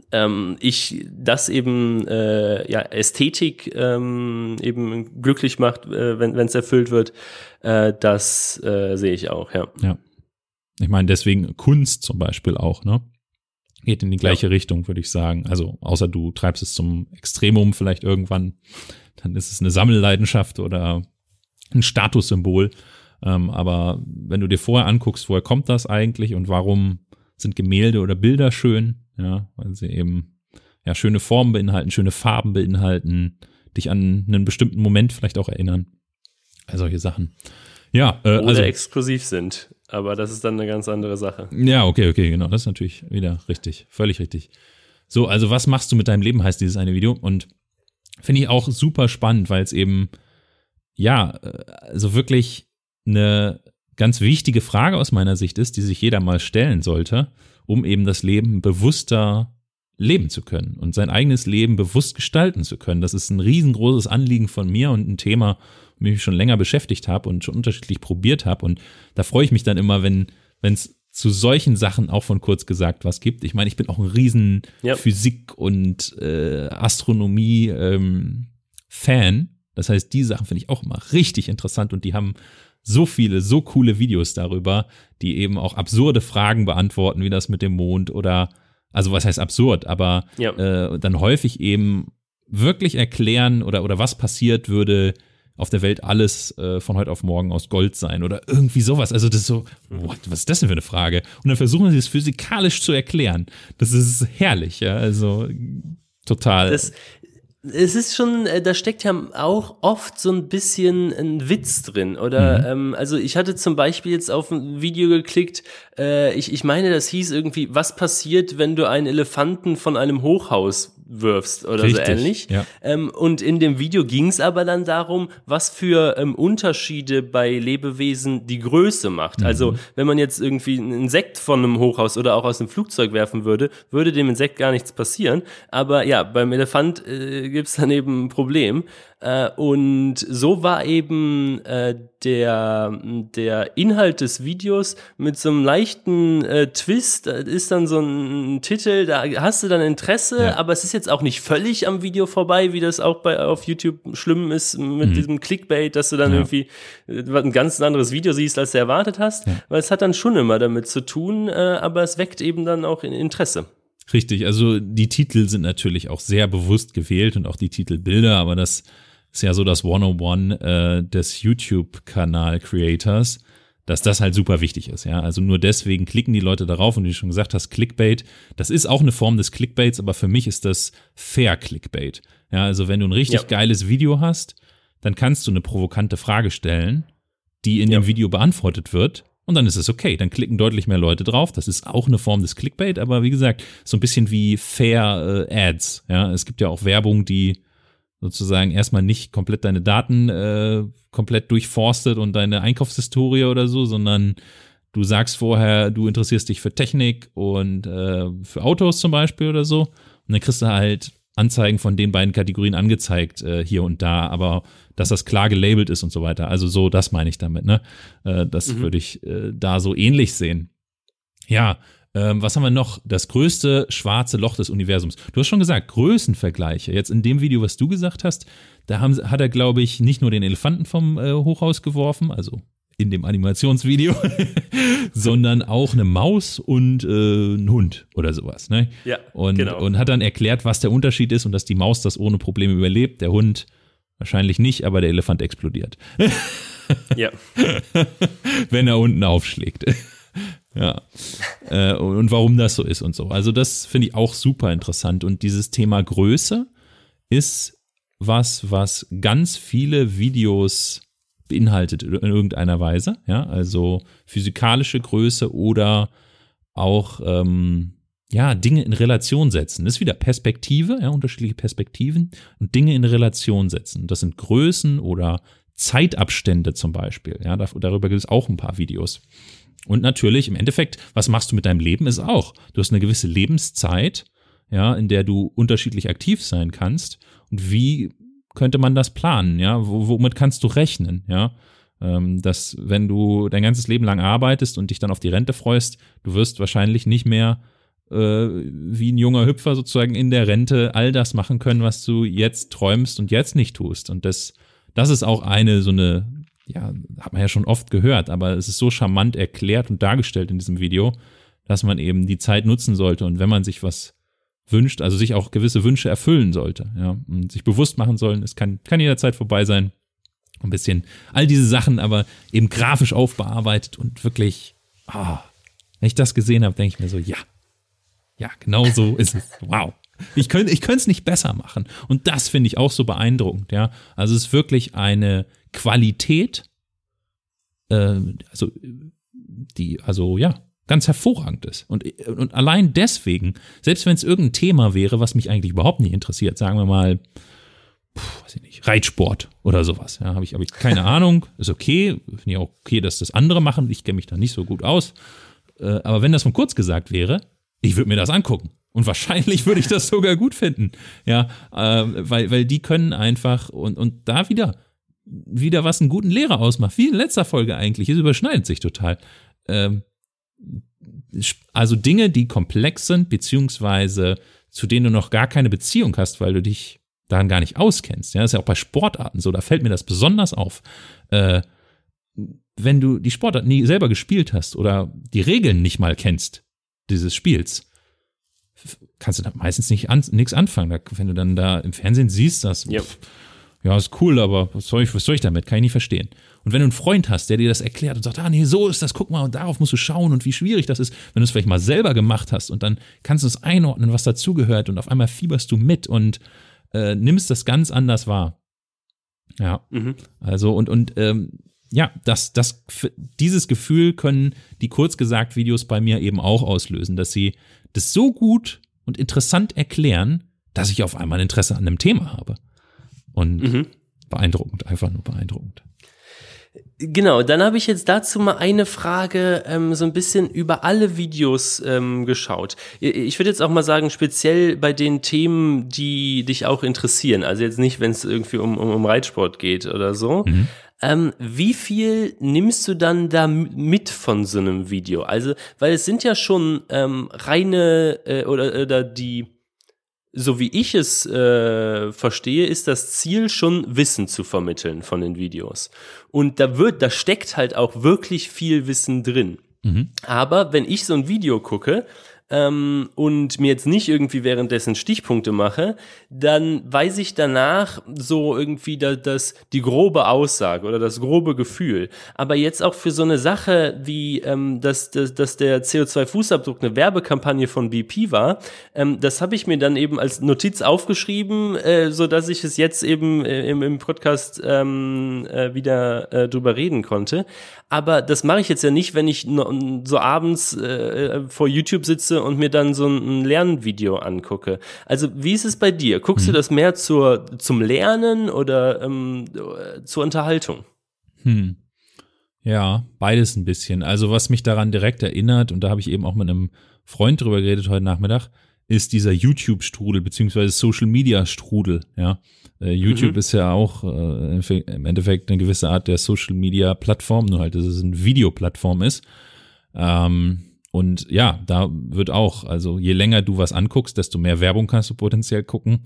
das eben Ästhetik eben glücklich macht, wenn es erfüllt wird, das sehe ich auch, ja. Ich meine, deswegen Kunst zum Beispiel auch, ne? Geht in die gleiche Richtung, würde ich sagen. Also außer du treibst es zum Extremum vielleicht irgendwann, dann ist es eine Sammelleidenschaft oder ein Statussymbol. Aber wenn du dir vorher anguckst, woher kommt das eigentlich und warum sind Gemälde oder Bilder schön, ja, weil sie eben schöne Formen beinhalten, schöne Farben beinhalten, dich an einen bestimmten Moment vielleicht auch erinnern. Also solche Sachen. Ja, oder exklusiv sind, aber das ist dann eine ganz andere Sache. Ja, okay, genau, das ist natürlich wieder richtig, völlig richtig. So, also was machst du mit deinem Leben, heißt dieses eine Video, und finde ich auch super spannend, weil es eben, also wirklich eine ganz wichtige Frage aus meiner Sicht ist, die sich jeder mal stellen sollte, um eben das Leben bewusster leben zu können und sein eigenes Leben bewusst gestalten zu können. Das ist ein riesengroßes Anliegen von mir und ein Thema, mit dem ich schon länger beschäftigt habe und schon unterschiedlich probiert habe. Und da freue ich mich dann immer, wenn es zu solchen Sachen auch von kurz gesagt was gibt. Ich meine, ich bin auch ein riesen Physik- und Astronomie-Fan. Das heißt, die Sachen finde ich auch immer richtig interessant und die haben so viele, so coole Videos darüber, die eben auch absurde Fragen beantworten, wie das mit dem Mond oder, also was heißt absurd, aber dann häufig eben wirklich erklären oder was passiert, würde auf der Welt alles von heute auf morgen aus Gold sein oder irgendwie sowas. Also das ist so, was ist das denn für eine Frage? Und dann versuchen sie es physikalisch zu erklären. Das ist herrlich, ja, also total. Es ist schon, da steckt ja auch oft so ein bisschen ein Witz drin, oder? Also ich hatte zum Beispiel jetzt auf ein Video geklickt, ich meine, das hieß irgendwie, was passiert, wenn du einen Elefanten von einem Hochhaus wirfst oder Richtig, so ähnlich. ja. Und in dem Video ging es aber dann darum, was für Unterschiede bei Lebewesen die Größe macht. Also wenn man jetzt irgendwie ein Insekt von einem Hochhaus oder auch aus einem Flugzeug werfen würde, würde dem Insekt gar nichts passieren. Aber ja, beim Elefant gibt es dann eben ein Problem. Und so war eben der Inhalt des Videos mit so einem leichten Twist. Da ist dann so ein Titel, da hast du dann Interesse, aber es ist jetzt auch nicht völlig am Video vorbei, wie das auch auf YouTube schlimm ist mit diesem Clickbait, dass du dann irgendwie ein ganz anderes Video siehst, als du erwartet hast. Weil es hat dann schon immer damit zu tun, aber es weckt eben dann auch Interesse. Richtig, also die Titel sind natürlich auch sehr bewusst gewählt und auch die Titelbilder, aber das ist ja so das 101 des YouTube-Kanal-Creators, dass das halt super wichtig ist, ja. Also nur deswegen klicken die Leute darauf und wie du schon gesagt hast, Clickbait, das ist auch eine Form des Clickbaits, aber für mich ist das Fair-Clickbait. Ja, also wenn du ein richtig geiles Video hast, dann kannst du eine provokante Frage stellen, die in dem Video beantwortet wird. Und dann ist es okay, dann klicken deutlich mehr Leute drauf. Das ist auch eine Form des Clickbait, aber wie gesagt, so ein bisschen wie Fair Ads. Ja, es gibt ja auch Werbung, die sozusagen erstmal nicht komplett deine Daten komplett durchforstet und deine Einkaufshistorie oder so, sondern du sagst vorher, du interessierst dich für Technik und für Autos zum Beispiel oder so. Und dann kriegst du halt Anzeigen von den beiden Kategorien angezeigt hier und da, aber dass das klar gelabelt ist und so weiter. Also so, das meine ich damit, ne? Das würde ich da so ähnlich sehen. Ja, was haben wir noch? Das größte schwarze Loch des Universums. Du hast schon gesagt, Größenvergleiche. Jetzt in dem Video, was du gesagt hast, da hat er, glaube ich, nicht nur den Elefanten vom Hochhaus geworfen, also in dem Animationsvideo, sondern auch eine Maus und einen Hund oder sowas. Ne? Ja, genau. Und hat dann erklärt, was der Unterschied ist und dass die Maus das ohne Probleme überlebt, der Hund wahrscheinlich nicht, aber der Elefant explodiert. Ja. Wenn er unten aufschlägt. Ja. Und warum das so ist und so. Also das finde ich auch super interessant. Und dieses Thema Größe ist was ganz viele Videos beinhaltet in irgendeiner Weise. Ja, also physikalische Größe oder auch Dinge in Relation setzen. Das ist wieder Perspektive, ja, unterschiedliche Perspektiven und Dinge in Relation setzen. Das sind Größen oder Zeitabstände zum Beispiel. Ja, darüber gibt es auch ein paar Videos. Und natürlich, im Endeffekt, was machst du mit deinem Leben, ist auch, du hast eine gewisse Lebenszeit, ja, in der du unterschiedlich aktiv sein kannst. Und wie könnte man das planen, ja? Womit kannst du rechnen, ja? Dass, wenn du dein ganzes Leben lang arbeitest und dich dann auf die Rente freust, du wirst wahrscheinlich nicht mehr wie ein junger Hüpfer sozusagen in der Rente all das machen können, was du jetzt träumst und jetzt nicht tust. Und das ist auch so eine, ja, hat man ja schon oft gehört, aber es ist so charmant erklärt und dargestellt in diesem Video, dass man eben die Zeit nutzen sollte und wenn man sich was wünscht, also sich auch gewisse Wünsche erfüllen sollte, ja, und sich bewusst machen sollen, es kann jederzeit vorbei sein, ein bisschen all diese Sachen, aber eben grafisch aufbearbeitet und wirklich, wenn ich das gesehen habe, denke ich mir so, ja, genau so ist es, wow. Ich könnte es nicht besser machen. Und das finde ich auch so beeindruckend, ja. Also es ist wirklich eine Qualität, ganz hervorragend ist. Und allein deswegen, selbst wenn es irgendein Thema wäre, was mich eigentlich überhaupt nicht interessiert, sagen wir mal, weiß ich nicht, Reitsport oder sowas, ja, habe ich keine Ahnung, ist okay, finde ich auch okay, dass das andere machen, ich kenne mich da nicht so gut aus, aber wenn das von kurz gesagt wäre, ich würde mir das angucken. Und wahrscheinlich würde ich das sogar gut finden. Ja, weil die können einfach und da wieder was einen guten Lehrer ausmacht, wie in letzter Folge eigentlich, es überschneidet sich total. Also Dinge, die komplex sind, beziehungsweise zu denen du noch gar keine Beziehung hast, weil du dich daran gar nicht auskennst. Ja, das ist ja auch bei Sportarten so, da fällt mir das besonders auf. Wenn du die Sportart nie selber gespielt hast oder die Regeln nicht mal kennst dieses Spiels, kannst du da meistens nichts anfangen. Wenn du dann da im Fernsehen siehst, das, ja, ist cool, aber was soll ich damit? Kann ich nicht verstehen. Und wenn du einen Freund hast, der dir das erklärt und sagt, nee, so ist das, guck mal, und darauf musst du schauen und wie schwierig das ist, wenn du es vielleicht mal selber gemacht hast und dann kannst du es einordnen, was dazugehört und auf einmal fieberst du mit und nimmst das ganz anders wahr. Ja, also dieses Gefühl können die Kurzgesagt-Videos bei mir eben auch auslösen, dass sie das so gut und interessant erklären, dass ich auf einmal ein Interesse an einem Thema habe. Und beeindruckend, einfach nur beeindruckend. Genau, dann habe ich jetzt dazu mal eine Frage, so ein bisschen über alle Videos geschaut. Ich würde jetzt auch mal sagen, speziell bei den Themen, die dich auch interessieren, also jetzt nicht, wenn es irgendwie um Reitsport geht oder so. Wie viel nimmst du dann da mit von so einem Video? Also, weil es sind ja schon reine oder die, so wie ich es verstehe, ist das Ziel schon Wissen zu vermitteln von den Videos. Und da steckt halt auch wirklich viel Wissen drin. Aber wenn ich so ein Video gucke und mir jetzt nicht irgendwie währenddessen Stichpunkte mache, dann weiß ich danach so irgendwie die grobe Aussage oder das grobe Gefühl. Aber jetzt auch für so eine Sache wie, dass der CO2-Fußabdruck eine Werbekampagne von BP war, das habe ich mir dann eben als Notiz aufgeschrieben, so dass ich es jetzt eben im Podcast wieder drüber reden konnte. Aber das mache ich jetzt ja nicht, wenn ich so abends vor YouTube sitze und mir dann so ein Lernvideo angucke. Also wie ist es bei dir? Guckst du das mehr zum Lernen oder zur Unterhaltung? Ja, beides ein bisschen. Also was mich daran direkt erinnert, und da habe ich eben auch mit einem Freund drüber geredet heute Nachmittag, ist dieser YouTube-Strudel beziehungsweise Social-Media-Strudel. Ja, YouTube ist ja auch im Endeffekt eine gewisse Art der Social-Media-Plattform, nur halt, dass es eine Videoplattform ist. Und ja, da wird auch, also je länger du was anguckst, desto mehr Werbung kannst du potenziell gucken.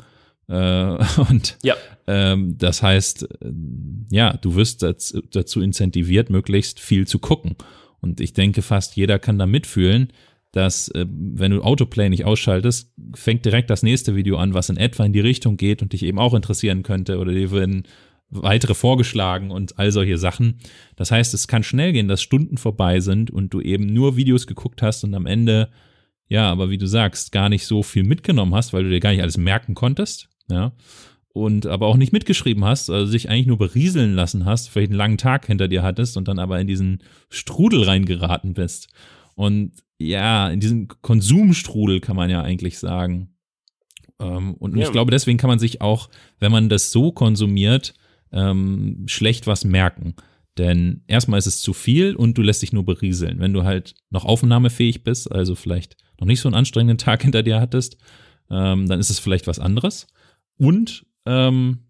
Das heißt, du wirst dazu incentiviert, möglichst viel zu gucken. Und ich denke, fast jeder kann da mitfühlen, dass wenn du Autoplay nicht ausschaltest, fängt direkt das nächste Video an, was in etwa in die Richtung geht und dich eben auch interessieren könnte, oder dir werden weitere vorgeschlagen und all solche Sachen. Das heißt, es kann schnell gehen, dass Stunden vorbei sind und du eben nur Videos geguckt hast und am Ende, ja, aber wie du sagst, gar nicht so viel mitgenommen hast, weil du dir gar nicht alles merken konntest, ja, und aber auch nicht mitgeschrieben hast, also dich eigentlich nur berieseln lassen hast, vielleicht einen langen Tag hinter dir hattest und dann aber in diesen Strudel reingeraten bist. Und ja, in diesen Konsumstrudel kann man ja eigentlich sagen. Und ich glaube, deswegen kann man sich auch, wenn man das so konsumiert, schlecht was merken. Denn erstmal ist es zu viel und du lässt dich nur berieseln. Wenn du halt noch aufnahmefähig bist, also vielleicht noch nicht so einen anstrengenden Tag hinter dir hattest, dann ist es vielleicht was anderes. Und wenn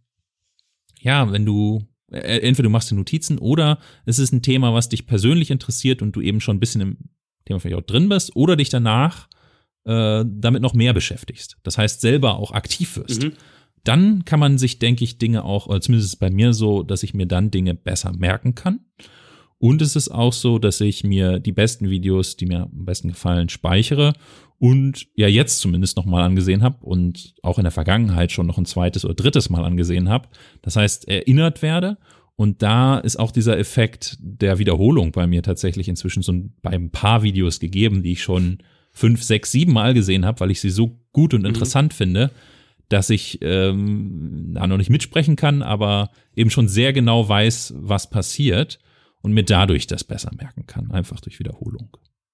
du entweder du machst dir Notizen oder es ist ein Thema, was dich persönlich interessiert und du eben schon ein bisschen im Thema vielleicht auch drin bist oder dich danach damit noch mehr beschäftigst. Das heißt, selber auch aktiv wirst. Dann kann man sich, denke ich, Dinge auch, oder zumindest ist es bei mir so, dass ich mir dann Dinge besser merken kann. Und es ist auch so, dass ich mir die besten Videos, die mir am besten gefallen, speichere und ja jetzt zumindest nochmal angesehen habe und auch in der Vergangenheit schon noch ein zweites oder drittes Mal angesehen habe. Das heißt, erinnert werde. Und da ist auch dieser Effekt der Wiederholung bei mir tatsächlich inzwischen so bei ein paar Videos gegeben, die ich schon 5, 6, 7 Mal gesehen habe, weil ich sie so gut und interessant finde, dass ich noch nicht mitsprechen kann, aber eben schon sehr genau weiß, was passiert und mir dadurch das besser merken kann, einfach durch Wiederholung.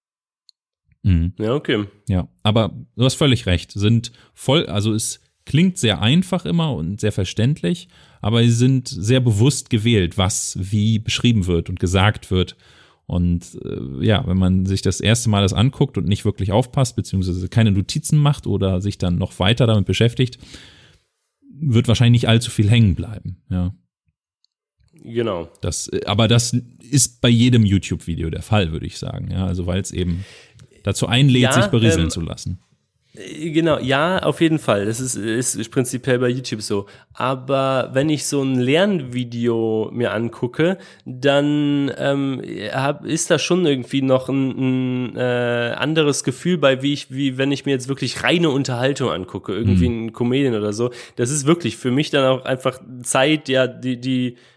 Ja, okay. Ja, aber du hast völlig recht, also es klingt sehr einfach immer und sehr verständlich, aber sie sind sehr bewusst gewählt, was wie beschrieben wird und gesagt wird. Und wenn man sich das erste Mal das anguckt und nicht wirklich aufpasst, beziehungsweise keine Notizen macht oder sich dann noch weiter damit beschäftigt, wird wahrscheinlich nicht allzu viel hängen bleiben. Ja. Genau. Aber das ist bei jedem YouTube-Video der Fall, würde ich sagen. Ja, also weil es eben dazu einlädt, sich berieseln zu lassen. Genau, ja, auf jeden Fall. Das ist prinzipiell bei YouTube so. Aber wenn ich so ein Lernvideo mir angucke, dann ist da schon irgendwie noch ein anderes Gefühl bei, wie wenn ich mir jetzt wirklich reine Unterhaltung angucke, irgendwie ein Comedian oder so. Das ist wirklich für mich dann auch einfach Zeit, ja, die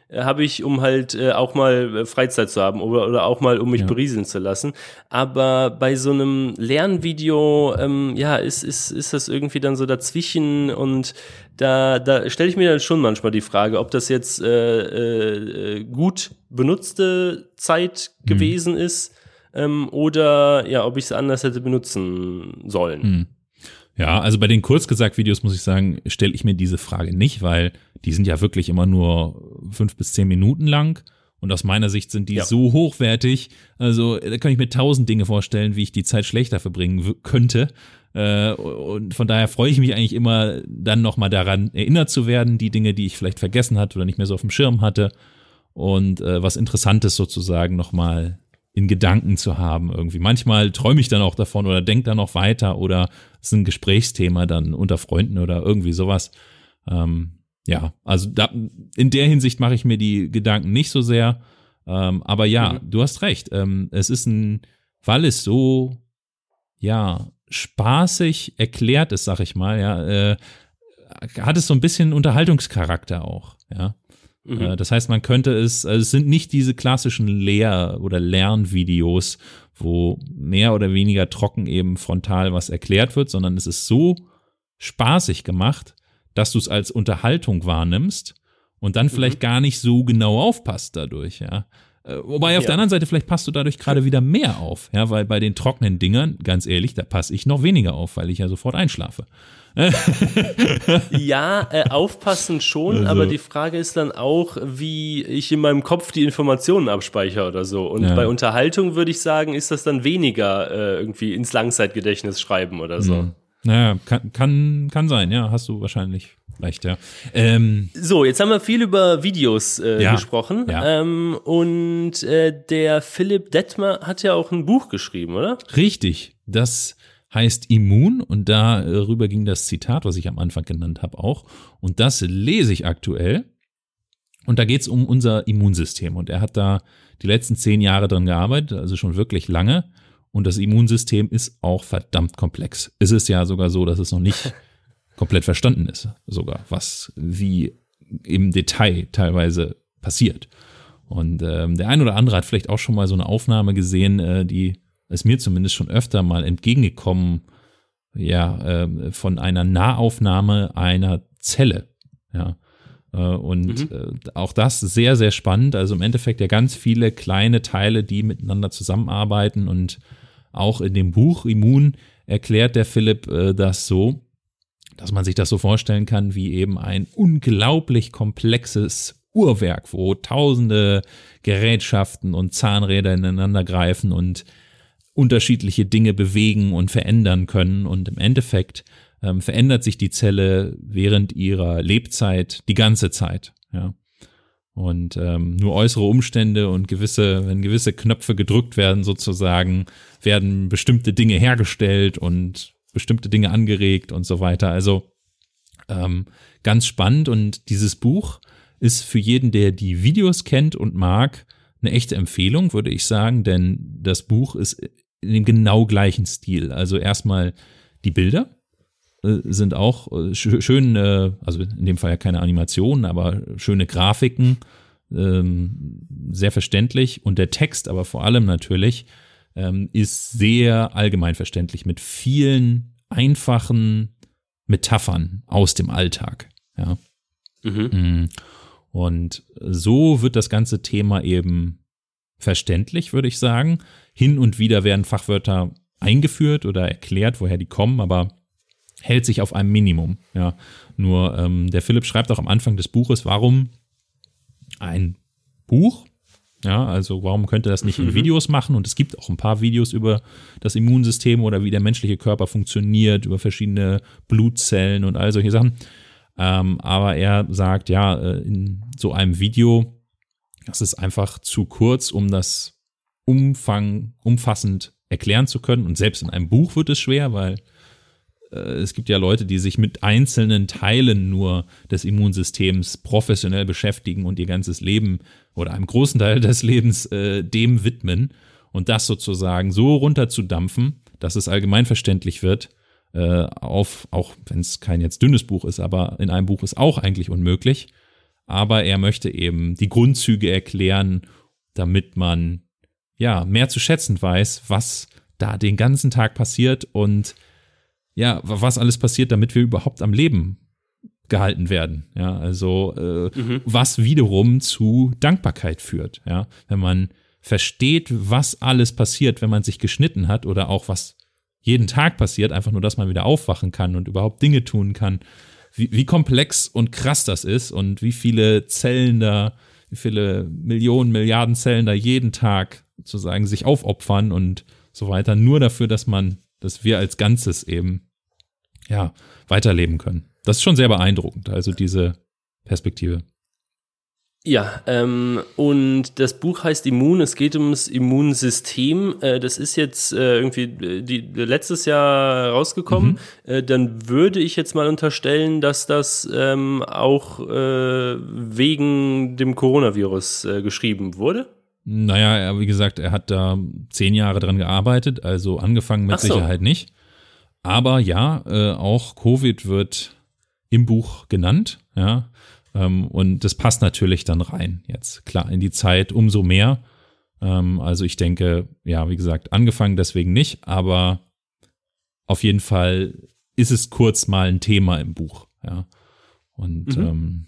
habe ich, um halt auch mal Freizeit zu haben oder auch mal, um mich berieseln zu lassen. Aber bei so einem Lernvideo, ist das irgendwie dann so dazwischen und da stelle ich mir dann schon manchmal die Frage, ob das jetzt gut benutzte Zeit gewesen ist oder ja, ob ich es anders hätte benutzen sollen. Ja, also bei den Kurzgesagt-Videos muss ich sagen, stelle ich mir diese Frage nicht, weil die sind ja wirklich immer nur 5 bis 10 Minuten lang und aus meiner Sicht sind die so hochwertig, also da kann ich mir 1000 Dinge vorstellen, wie ich die Zeit schlechter verbringen könnte. Und von daher freue ich mich eigentlich immer, dann nochmal daran erinnert zu werden, die Dinge, die ich vielleicht vergessen hatte oder nicht mehr so auf dem Schirm hatte und was Interessantes sozusagen nochmal in Gedanken zu haben irgendwie. Manchmal träume ich dann auch davon oder denke dann noch weiter oder es ist ein Gesprächsthema dann unter Freunden oder irgendwie sowas. Also in der Hinsicht mache ich mir die Gedanken nicht so sehr. Aber ja, du hast recht. Es ist weil es so, spaßig erklärt ist, sag ich mal, hat es so ein bisschen Unterhaltungscharakter auch, ja. Das heißt, man könnte es sind nicht diese klassischen oder Lernvideos, wo mehr oder weniger trocken eben frontal was erklärt wird, sondern es ist so spaßig gemacht, dass du es als Unterhaltung wahrnimmst und dann vielleicht gar nicht so genau aufpasst dadurch, ja. Wobei auf der anderen Seite, vielleicht passt du dadurch gerade wieder mehr auf, ja, weil bei den trockenen Dingern, ganz ehrlich, da passe ich noch weniger auf, weil ich ja sofort einschlafe. Aufpassen schon, aber die Frage ist dann auch, wie ich in meinem Kopf die Informationen abspeichere oder so. Und bei Unterhaltung würde ich sagen, ist das dann weniger irgendwie ins Langzeitgedächtnis schreiben oder so. Naja, kann sein, ja, hast du wahrscheinlich recht, ja. So, jetzt haben wir viel über Videos gesprochen. Ja. Und der Philipp Detmer hat ja auch ein Buch geschrieben, oder? Richtig, das heißt Immun und darüber ging das Zitat, was ich am Anfang genannt habe auch. Und das lese ich aktuell. Und da geht es um unser Immunsystem. Und er hat da die letzten 10 Jahre dran gearbeitet, also schon wirklich lange. Und das Immunsystem ist auch verdammt komplex. Es ist ja sogar so, dass es noch nicht komplett verstanden ist, sogar, wie im Detail teilweise passiert. Und der ein oder andere hat vielleicht auch schon mal so eine Aufnahme gesehen, die ist mir zumindest schon öfter mal entgegengekommen, von einer Nahaufnahme einer Zelle, ja. Und auch das sehr, sehr spannend. Also im Endeffekt ja ganz viele kleine Teile, die miteinander zusammenarbeiten. Und auch in dem Buch Immun erklärt der Philipp das so, dass man sich das so vorstellen kann wie eben ein unglaublich komplexes Uhrwerk, wo tausende Gerätschaften und Zahnräder ineinander greifen und unterschiedliche Dinge bewegen und verändern können. Und im Endeffekt verändert sich die Zelle während ihrer Lebzeit die ganze Zeit. Ja. Und nur äußere Umstände und wenn gewisse Knöpfe gedrückt werden sozusagen, werden bestimmte Dinge hergestellt und bestimmte Dinge angeregt und so weiter. Also ganz spannend. Und dieses Buch ist für jeden, der die Videos kennt und mag, eine echte Empfehlung, würde ich sagen, denn das Buch ist in dem genau gleichen Stil. Also erstmal die Bilder sind auch schön, also in dem Fall ja keine Animationen, aber schöne Grafiken, sehr verständlich. Und der Text aber vor allem natürlich ist sehr allgemein verständlich mit vielen einfachen Metaphern aus dem Alltag. Ja. Und so wird das ganze Thema eben verständlich, würde ich sagen. Hin und wieder werden Fachwörter eingeführt oder erklärt, woher die kommen, aber hält sich auf einem Minimum. Ja. Nur der Philipp schreibt auch am Anfang des Buches, warum ein Buch? Ja, also warum könnte das nicht in Videos machen? Und es gibt auch ein paar Videos über das Immunsystem oder wie der menschliche Körper funktioniert, über verschiedene Blutzellen und all solche Sachen. Aber er sagt, in so einem Video, das ist einfach zu kurz, um das umfassend erklären zu können. Und selbst in einem Buch wird es schwer, weil es gibt ja Leute, die sich mit einzelnen Teilen nur des Immunsystems professionell beschäftigen und ihr ganzes Leben oder einem großen Teil des Lebens dem widmen. Und das sozusagen so runterzudampfen, dass es allgemeinverständlich wird, auch wenn es kein jetzt dünnes Buch ist, aber in einem Buch ist auch eigentlich unmöglich. aber er möchte eben die Grundzüge erklären, damit man ja mehr zu schätzen weiß, was da den ganzen Tag passiert und ja, was alles passiert, damit wir überhaupt am Leben gehalten werden. Ja, also was wiederum zu Dankbarkeit führt. Ja, wenn man versteht, was alles passiert, wenn man sich geschnitten hat oder auch was jeden Tag passiert, einfach nur, dass man wieder aufwachen kann und überhaupt Dinge tun kann, wie komplex und krass das ist und wie viele Zellen da, wie viele Millionen, Milliarden Zellen da jeden Tag sozusagen sich aufopfern und so weiter, nur dafür, dass wir als Ganzes eben ja weiterleben können. Das ist schon sehr beeindruckend, also diese Perspektive. Ja, und das Buch heißt Immun, es geht ums Immunsystem. Das ist jetzt irgendwie letztes Jahr rausgekommen. Dann würde ich jetzt mal unterstellen, dass das auch wegen dem Coronavirus geschrieben wurde. Naja, wie gesagt, er hat da 10 Jahre dran gearbeitet, also angefangen mit Sicherheit nicht. Aber ja, auch Covid wird im Buch genannt, ja. Und das passt natürlich dann rein jetzt, klar, in die Zeit umso mehr. Also ich denke, ja, wie gesagt, angefangen deswegen nicht, aber auf jeden Fall ist es kurz mal ein Thema im Buch, ja. Und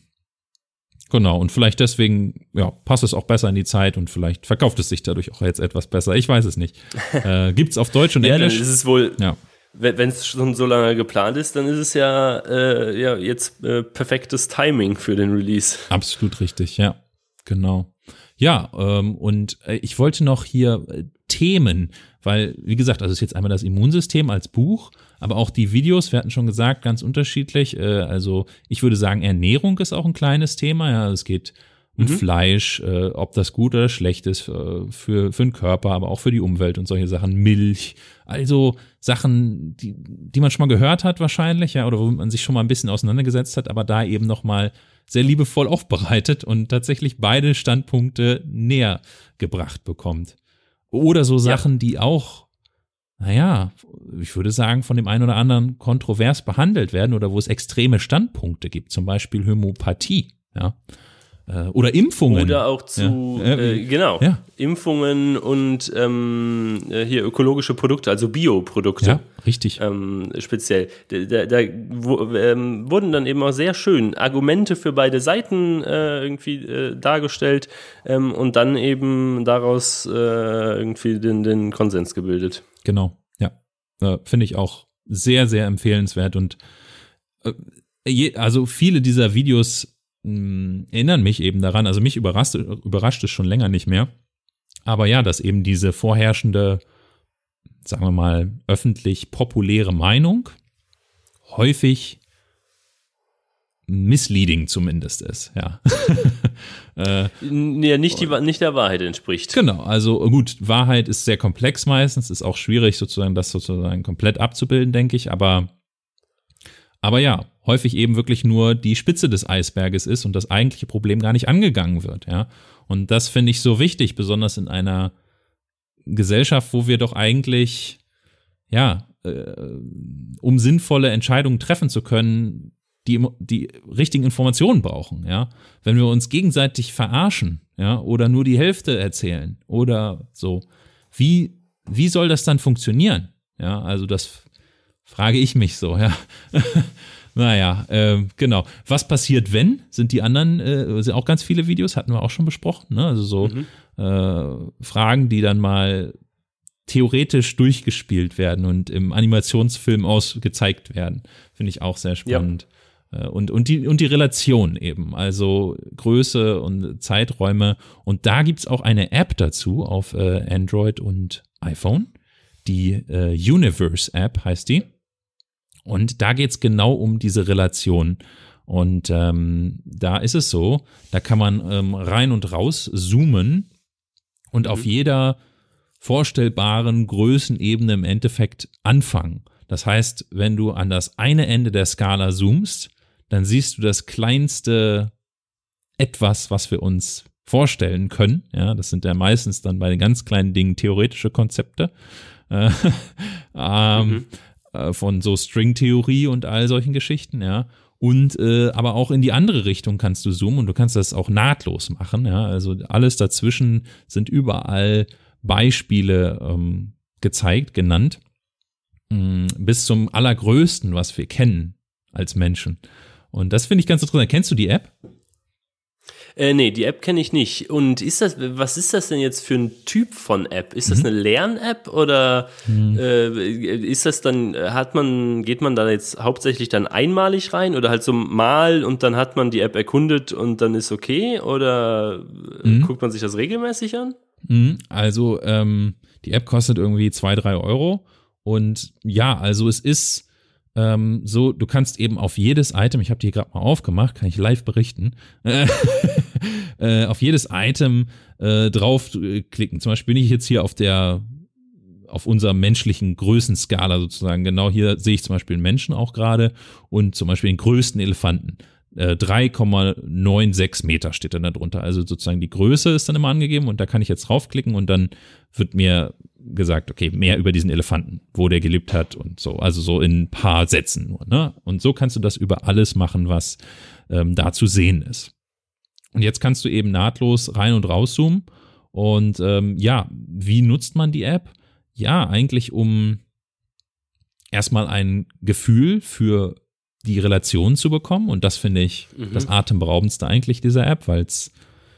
genau, und vielleicht deswegen, ja, passt es auch besser in die Zeit und vielleicht verkauft es sich dadurch auch jetzt etwas besser. Ich weiß es nicht. Gibt's auf Deutsch und Englisch? Ja, dann ist es wohl, ja. Wenn es schon so lange geplant ist, dann ist es ja jetzt perfektes Timing für den Release. Absolut richtig, ja, genau. Ja, und ich wollte noch hier Themen, weil, wie gesagt, also es ist jetzt einmal das Immunsystem als Buch, aber auch die Videos, wir hatten schon gesagt, ganz unterschiedlich. Also ich würde sagen, Ernährung ist auch ein kleines Thema. Ja, es geht um Fleisch, ob das gut oder schlecht ist für den Körper, aber auch für die Umwelt und solche Sachen. Milch, also Sachen, die man schon mal gehört hat wahrscheinlich, ja, oder wo man sich schon mal ein bisschen auseinandergesetzt hat, aber da eben nochmal sehr liebevoll aufbereitet und tatsächlich beide Standpunkte näher gebracht bekommt. Oder so Sachen, die auch, naja, ich würde sagen, von dem einen oder anderen kontrovers behandelt werden oder wo es extreme Standpunkte gibt, zum Beispiel Homöopathie, ja. Oder Impfungen. Oder auch zu, genau, Impfungen und hier ökologische Produkte, also Bioprodukte. Ja, richtig. Speziell. Da wurden dann eben auch sehr schön Argumente für beide Seiten irgendwie dargestellt und dann eben daraus irgendwie den Konsens gebildet. Genau, ja. Finde ich auch sehr, sehr empfehlenswert und also viele dieser Videos erinnern mich eben daran, also mich überrascht es schon länger nicht mehr, aber ja, dass eben diese vorherrschende, sagen wir mal, öffentlich populäre Meinung häufig misleading zumindest ist, ja. Nicht der Wahrheit entspricht. Genau, also gut, Wahrheit ist sehr komplex meistens, ist auch schwierig sozusagen, das sozusagen komplett abzubilden, denke ich, aber ja, häufig eben wirklich nur die Spitze des Eisberges ist und das eigentliche Problem gar nicht angegangen wird, ja. Und das finde ich so wichtig, besonders in einer Gesellschaft, wo wir doch eigentlich, ja, um sinnvolle Entscheidungen treffen zu können, die richtigen Informationen brauchen, ja. Wenn wir uns gegenseitig verarschen, ja, oder nur die Hälfte erzählen oder so, wie soll das dann funktionieren? Ja, also das frage ich mich so, ja. Naja, genau. Was passiert, wenn? Sind die anderen, sind auch ganz viele Videos, hatten wir auch schon besprochen, ne? Also so Fragen, die dann mal theoretisch durchgespielt werden und im Animationsfilm gezeigt werden. Finde ich auch sehr spannend. Ja. Und die Relation eben, also Größe und Zeiträume. Und da gibt es auch eine App dazu auf Android und iPhone. Die Universe-App heißt die. Und da geht es genau um diese Relation. Und da ist es so, da kann man rein und raus zoomen und auf jeder vorstellbaren Größenebene im Endeffekt anfangen. Das heißt, wenn du an das eine Ende der Skala zoomst, dann siehst du das kleinste Etwas, was wir uns vorstellen können. Ja, das sind ja meistens dann bei den ganz kleinen Dingen theoretische Konzepte. Von so Stringtheorie und all solchen Geschichten, ja. Und aber auch in die andere Richtung kannst du zoomen und du kannst das auch nahtlos machen. Ja? Also alles dazwischen sind überall Beispiele gezeigt, genannt, bis zum Allergrößten, was wir kennen als Menschen. Und das finde ich ganz interessant. Kennst du die App? Nee, die App kenne ich nicht. Und was ist das denn jetzt für ein Typ von App? Ist das eine Lern-App oder ist das dann, geht man da jetzt hauptsächlich dann einmalig rein oder halt so mal und dann hat man die App erkundet und dann ist okay? Oder guckt man sich das regelmäßig an? Also die App kostet irgendwie 2-3 Euro und ja, also es ist so, du kannst eben auf jedes Item, ich habe die hier gerade mal aufgemacht, kann ich live berichten, auf jedes Item draufklicken. Zum Beispiel bin ich jetzt hier auf unserer menschlichen Größenskala sozusagen. Genau hier sehe ich zum Beispiel einen Menschen auch gerade und zum Beispiel den größten Elefanten. 3,96 Meter steht dann da drunter. Also sozusagen die Größe ist dann immer angegeben und da kann ich jetzt draufklicken und dann wird mir gesagt, okay, mehr über diesen Elefanten, wo der gelebt hat und so. Also so in ein paar Sätzen nur. Ne? Und so kannst du das über alles machen, was da zu sehen ist. Und jetzt kannst du eben nahtlos rein und rauszoomen. Und wie nutzt man die App? Ja, eigentlich um erstmal ein Gefühl für die Relation zu bekommen. Und das finde ich das Atemberaubendste eigentlich dieser App, weil es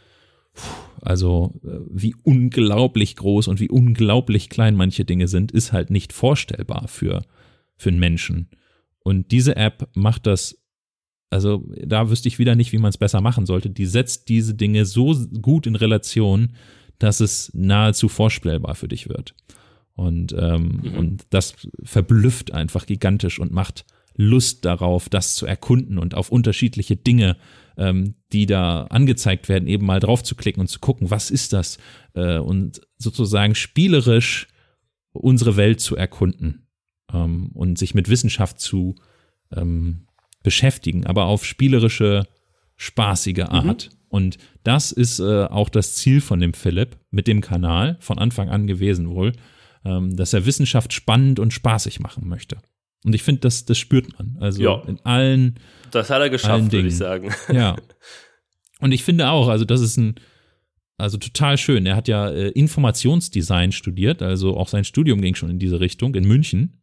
wie unglaublich groß und wie unglaublich klein manche Dinge sind, ist halt nicht vorstellbar für einen Menschen. Und diese App macht das, also da wüsste ich wieder nicht, wie man es besser machen sollte. Die setzt diese Dinge so gut in Relation, dass es nahezu vorstellbar für dich wird. Und das verblüfft einfach gigantisch und macht Lust darauf, das zu erkunden und auf unterschiedliche Dinge, die da angezeigt werden, eben mal drauf zu klicken und zu gucken, was ist das? Und sozusagen spielerisch unsere Welt zu erkunden und sich mit Wissenschaft zu beschäftigen, aber auf spielerische, spaßige Art. Und das ist auch das Ziel von dem Philipp mit dem Kanal, von Anfang an gewesen wohl, dass er Wissenschaft spannend und spaßig machen möchte. Und ich finde, das spürt man. Also in allen. Das hat er geschafft, würde ich sagen. Ja. Und ich finde auch, also das ist total schön. Er hat ja Informationsdesign studiert, also auch sein Studium ging schon in diese Richtung, in München.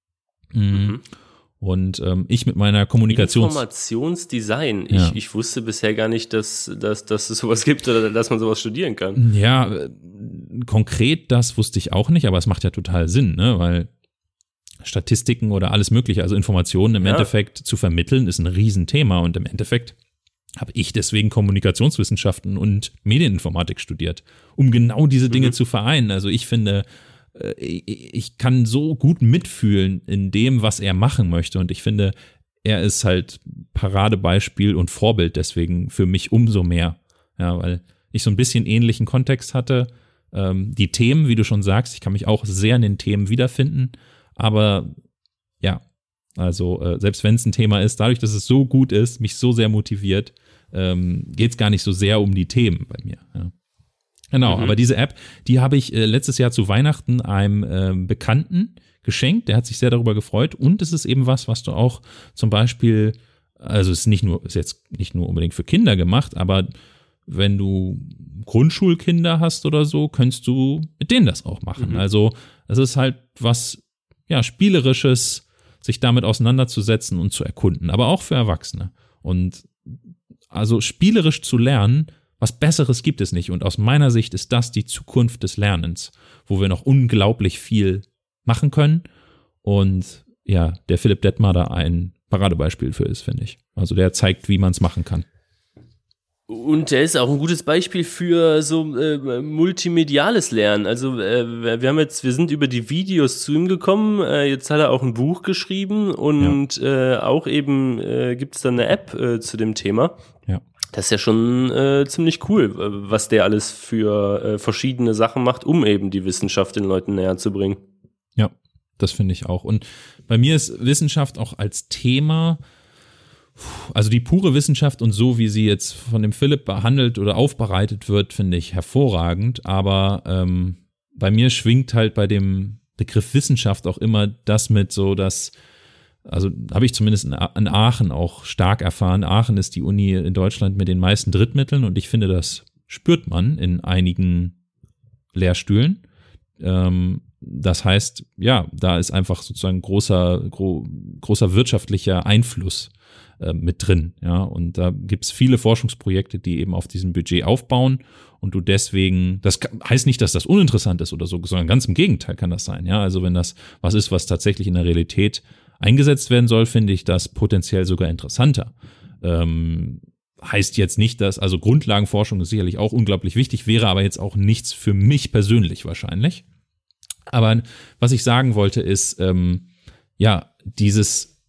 Und ich mit meiner Informationsdesign. Ja. Ich wusste bisher gar nicht, dass es sowas gibt oder dass man sowas studieren kann. Ja, konkret das wusste ich auch nicht, aber es macht ja total Sinn, ne? Weil Statistiken oder alles Mögliche, also Informationen im Endeffekt zu vermitteln, ist ein Riesenthema und im Endeffekt habe ich deswegen Kommunikationswissenschaften und Medieninformatik studiert, um genau diese Dinge zu vereinen. Also ich finde, ich kann so gut mitfühlen in dem, was er machen möchte und ich finde, er ist halt Paradebeispiel und Vorbild deswegen für mich umso mehr, ja, weil ich so ein bisschen ähnlichen Kontext hatte. Die Themen, wie du schon sagst, ich kann mich auch sehr in den Themen wiederfinden. Aber ja, also selbst wenn es ein Thema ist, dadurch, dass es so gut ist, mich so sehr motiviert, geht es gar nicht so sehr um die Themen bei mir. Ja. Genau, aber diese App, die habe ich letztes Jahr zu Weihnachten einem Bekannten geschenkt. Der hat sich sehr darüber gefreut. Und es ist eben was du auch zum Beispiel, also ist jetzt nicht nur unbedingt für Kinder gemacht, aber wenn du Grundschulkinder hast oder so, könntest du mit denen das auch machen. Also es ist halt was Spielerisches, sich damit auseinanderzusetzen und zu erkunden, aber auch für Erwachsene. Und also spielerisch zu lernen, was Besseres gibt es nicht. Und aus meiner Sicht ist das die Zukunft des Lernens, wo wir noch unglaublich viel machen können. Und ja, der Philipp Detmar da ein Paradebeispiel für ist, finde ich. Also der zeigt, wie man es machen kann. Und der ist auch ein gutes Beispiel für so multimediales Lernen. Also wir sind über die Videos zu ihm gekommen. Jetzt hat er auch ein Buch geschrieben und auch eben gibt es dann eine App zu dem Thema. Ja. Das ist ja schon ziemlich cool, was der alles für verschiedene Sachen macht, um eben die Wissenschaft den Leuten näher zu bringen. Ja, das finde ich auch. Und bei mir ist Wissenschaft auch als Thema, also die pure Wissenschaft und so, wie sie jetzt von dem Philipp behandelt oder aufbereitet wird, finde ich hervorragend. Aber bei mir schwingt halt bei dem Begriff Wissenschaft auch immer das mit so, dass also habe ich zumindest in Aachen auch stark erfahren. Aachen ist die Uni in Deutschland mit den meisten Drittmitteln und ich finde, das spürt man in einigen Lehrstühlen. Das heißt, ja, da ist einfach sozusagen großer wirtschaftlicher Einfluss mit drin, ja, und da gibt's viele Forschungsprojekte, die eben auf diesem Budget aufbauen und du deswegen, das heißt nicht, dass das uninteressant ist oder so, sondern ganz im Gegenteil kann das sein, ja, also wenn das was ist, was tatsächlich in der Realität eingesetzt werden soll, finde ich das potenziell sogar interessanter. Heißt jetzt nicht, dass, also Grundlagenforschung ist sicherlich auch unglaublich wichtig, wäre aber jetzt auch nichts für mich persönlich wahrscheinlich. Aber was ich sagen wollte ist, ja, dieses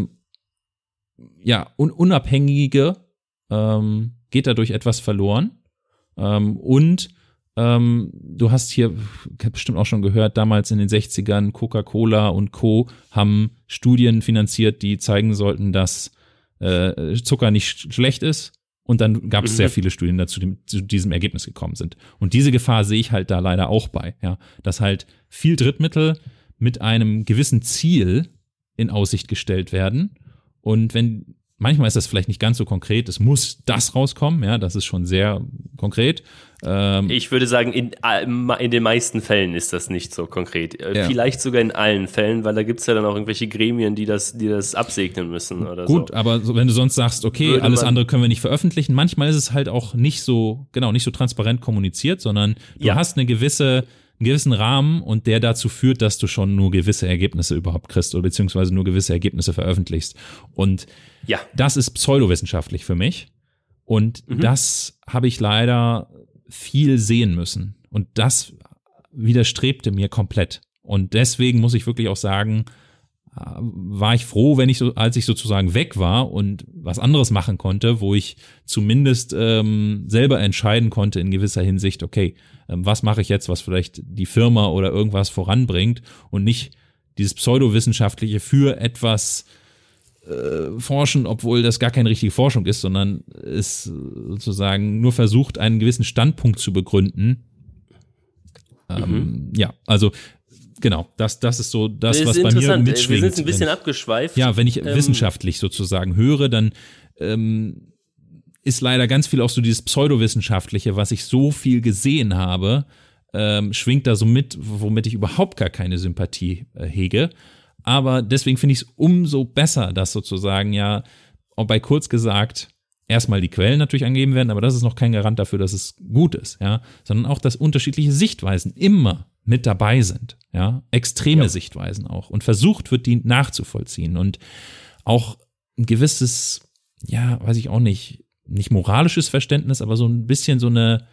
Unabhängige geht dadurch etwas verloren. Und du hast hier, ich habe bestimmt auch schon gehört, damals in den 60ern Coca-Cola und Co. haben Studien finanziert, die zeigen sollten, dass Zucker nicht schlecht ist. Und dann gab es sehr viele Studien dazu, die zu diesem Ergebnis gekommen sind. Und diese Gefahr sehe ich halt da leider auch bei, ja, dass halt viel Drittmittel mit einem gewissen Ziel in Aussicht gestellt werden. Und manchmal ist das vielleicht nicht ganz so konkret, es muss das rauskommen, ja, das ist schon sehr konkret. Ich würde sagen, in den meisten Fällen ist das nicht so konkret. Ja. Vielleicht sogar in allen Fällen, weil da gibt es ja dann auch irgendwelche Gremien, die das absegnen müssen oder so. Gut, aber so, wenn du sonst sagst, okay, alles andere können wir nicht veröffentlichen, manchmal ist es halt auch nicht so transparent kommuniziert, sondern du hast einen gewissen Rahmen und der dazu führt, dass du schon nur gewisse Ergebnisse überhaupt kriegst oder beziehungsweise nur gewisse Ergebnisse veröffentlichst. Und das ist pseudowissenschaftlich für mich. Und das habe ich leider viel sehen müssen. Und das widerstrebte mir komplett. Und deswegen muss ich wirklich auch sagen, war ich froh, als ich sozusagen weg war und was anderes machen konnte, wo ich zumindest selber entscheiden konnte in gewisser Hinsicht, okay, was mache ich jetzt, was vielleicht die Firma oder irgendwas voranbringt und nicht dieses Pseudowissenschaftliche für etwas forschen, obwohl das gar keine richtige Forschung ist, sondern es sozusagen nur versucht, einen gewissen Standpunkt zu begründen. Ja, also genau, das ist so das, was bei mir mitschwingt. Wir sind ein bisschen abgeschweift. Ja, wenn ich wissenschaftlich sozusagen höre, dann ist leider ganz viel auch so dieses Pseudowissenschaftliche, was ich so viel gesehen habe, schwingt da so mit, womit ich überhaupt gar keine Sympathie hege. Aber deswegen finde ich es umso besser, dass sozusagen ja, auch bei Kurz gesagt, erstmal die Quellen natürlich angegeben werden, aber das ist noch kein Garant dafür, dass es gut ist, ja, sondern auch, dass unterschiedliche Sichtweisen immer mit dabei sind, ja, extreme Sichtweisen auch und versucht wird, die nachzuvollziehen und auch ein gewisses, ja, weiß ich auch nicht moralisches Verständnis, aber so ein bisschen so eine,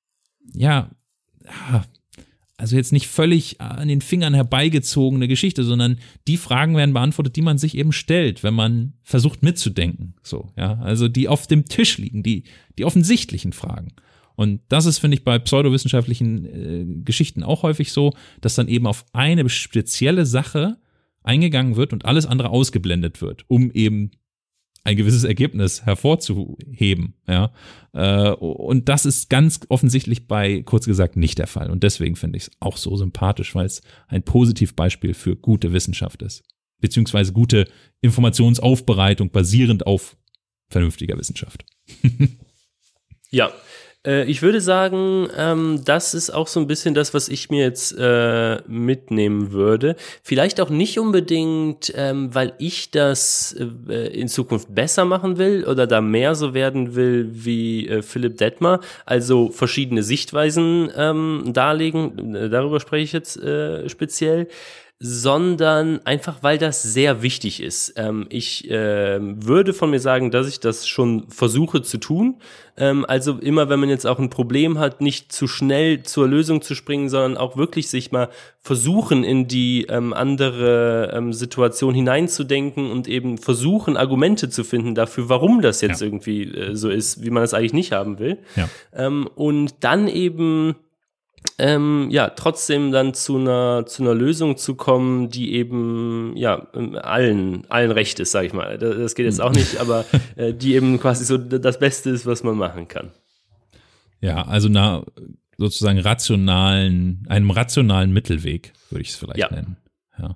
also jetzt nicht völlig an den Fingern herbeigezogene Geschichte, sondern die Fragen werden beantwortet, die man sich eben stellt, wenn man versucht mitzudenken, so, ja, also die auf dem Tisch liegen, die offensichtlichen Fragen. Und das ist, finde ich, bei pseudowissenschaftlichen Geschichten auch häufig so, dass dann eben auf eine spezielle Sache eingegangen wird und alles andere ausgeblendet wird, um eben ein gewisses Ergebnis hervorzuheben, ja. Und das ist ganz offensichtlich bei Kurz gesagt nicht der Fall. Und deswegen finde ich es auch so sympathisch, weil es ein Positivbeispiel für gute Wissenschaft ist. Beziehungsweise gute Informationsaufbereitung basierend auf vernünftiger Wissenschaft. Ja. Ich würde sagen, das ist auch so ein bisschen das, was ich mir jetzt mitnehmen würde. Vielleicht auch nicht unbedingt, weil ich das in Zukunft besser machen will oder da mehr so werden will wie Philipp Dettmer, also verschiedene Sichtweisen darlegen, darüber spreche ich jetzt speziell, sondern einfach, weil das sehr wichtig ist. Ich würde von mir sagen, dass ich das schon versuche zu tun. Also immer, wenn man jetzt auch ein Problem hat, nicht zu schnell zur Lösung zu springen, sondern auch wirklich sich mal versuchen, in die andere Situation hineinzudenken und eben versuchen, Argumente zu finden dafür, warum das jetzt irgendwie so ist, wie man es eigentlich nicht haben will. Ja. Und dann eben trotzdem dann zu einer Lösung zu kommen, die eben, allen recht ist, sag ich mal. Das geht jetzt auch nicht, aber die eben quasi so das Beste ist, was man machen kann. Ja, also sozusagen einem rationalen Mittelweg, würde ich es vielleicht nennen. Ja.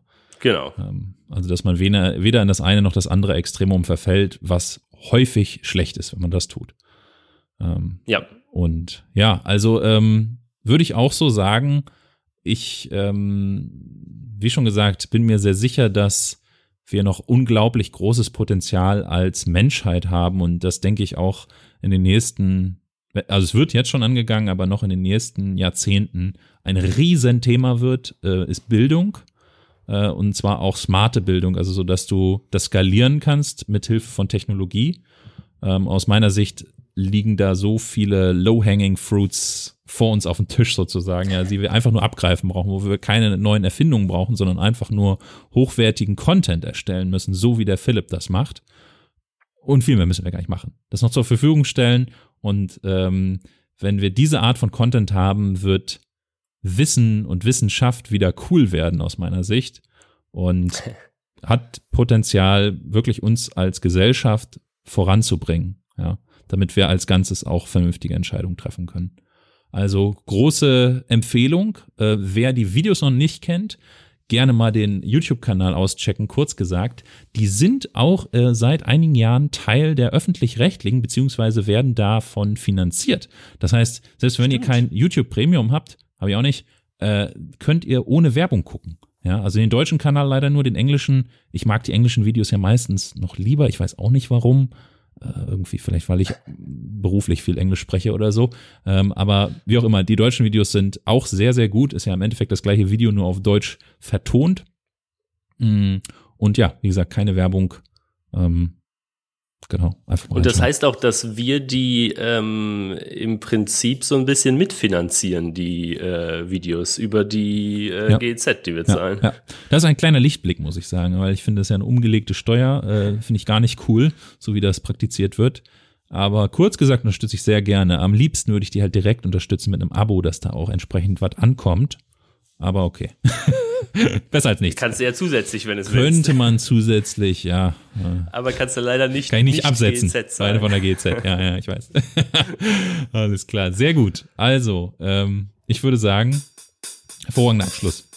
Genau. Also, dass man weder in das eine noch das andere Extremum verfällt, was häufig schlecht ist, wenn man das tut. Ja. Und ja, also würde ich auch so sagen, ich, wie schon gesagt, bin mir sehr sicher, dass wir noch unglaublich großes Potenzial als Menschheit haben und das denke ich auch in den nächsten, also es wird jetzt schon angegangen, aber noch in den nächsten Jahrzehnten ein Riesenthema wird, ist Bildung. Und zwar auch smarte Bildung, also so, dass du das skalieren kannst mit Hilfe von Technologie. Aus meiner Sicht liegen da so viele low-hanging fruits vor uns auf dem Tisch sozusagen, ja, die wir einfach nur abgreifen brauchen, wo wir keine neuen Erfindungen brauchen, sondern einfach nur hochwertigen Content erstellen müssen, so wie der Philipp das macht. Und viel mehr müssen wir gar nicht machen. Das noch zur Verfügung stellen und wenn wir diese Art von Content haben, wird Wissen und Wissenschaft wieder cool werden aus meiner Sicht und hat Potenzial, wirklich uns als Gesellschaft voranzubringen, ja, damit wir als Ganzes auch vernünftige Entscheidungen treffen können. Also große Empfehlung, wer die Videos noch nicht kennt, gerne mal den YouTube-Kanal auschecken, kurz gesagt. Die sind auch seit einigen Jahren Teil der Öffentlich-Rechtlichen, beziehungsweise werden davon finanziert. Das heißt, selbst wenn ihr kein YouTube-Premium habt, habe ich auch nicht, könnt ihr ohne Werbung gucken. Ja, also den deutschen Kanal leider nur, den englischen. Ich mag die englischen Videos ja meistens noch lieber. Ich weiß auch nicht warum. Irgendwie vielleicht, weil ich beruflich viel Englisch spreche oder so. Aber wie auch immer, die deutschen Videos sind auch sehr, sehr gut. Ist ja im Endeffekt das gleiche Video, nur auf Deutsch vertont. Und ja, wie gesagt, keine Werbung. Genau, einfach mal. Und das heißt auch, dass wir die im Prinzip so ein bisschen mitfinanzieren, die Videos über die GEZ, die wir zahlen. Ja. Das ist ein kleiner Lichtblick, muss ich sagen, weil ich finde, das ist ja eine umgelegte Steuer, finde ich gar nicht cool, so wie das praktiziert wird. Aber kurz gesagt unterstütze ich sehr gerne. Am liebsten würde ich die halt direkt unterstützen mit einem Abo, dass da auch entsprechend was ankommt. Aber okay. Besser als nichts. Kannst du ja zusätzlich, wenn es willst. Könnte man zusätzlich, ja. Aber kannst du leider nicht. Kann ich nicht absetzen. Beide von der GEZ. Ja, ich weiß. Alles klar. Sehr gut. Also, ich würde sagen, hervorragender Abschluss.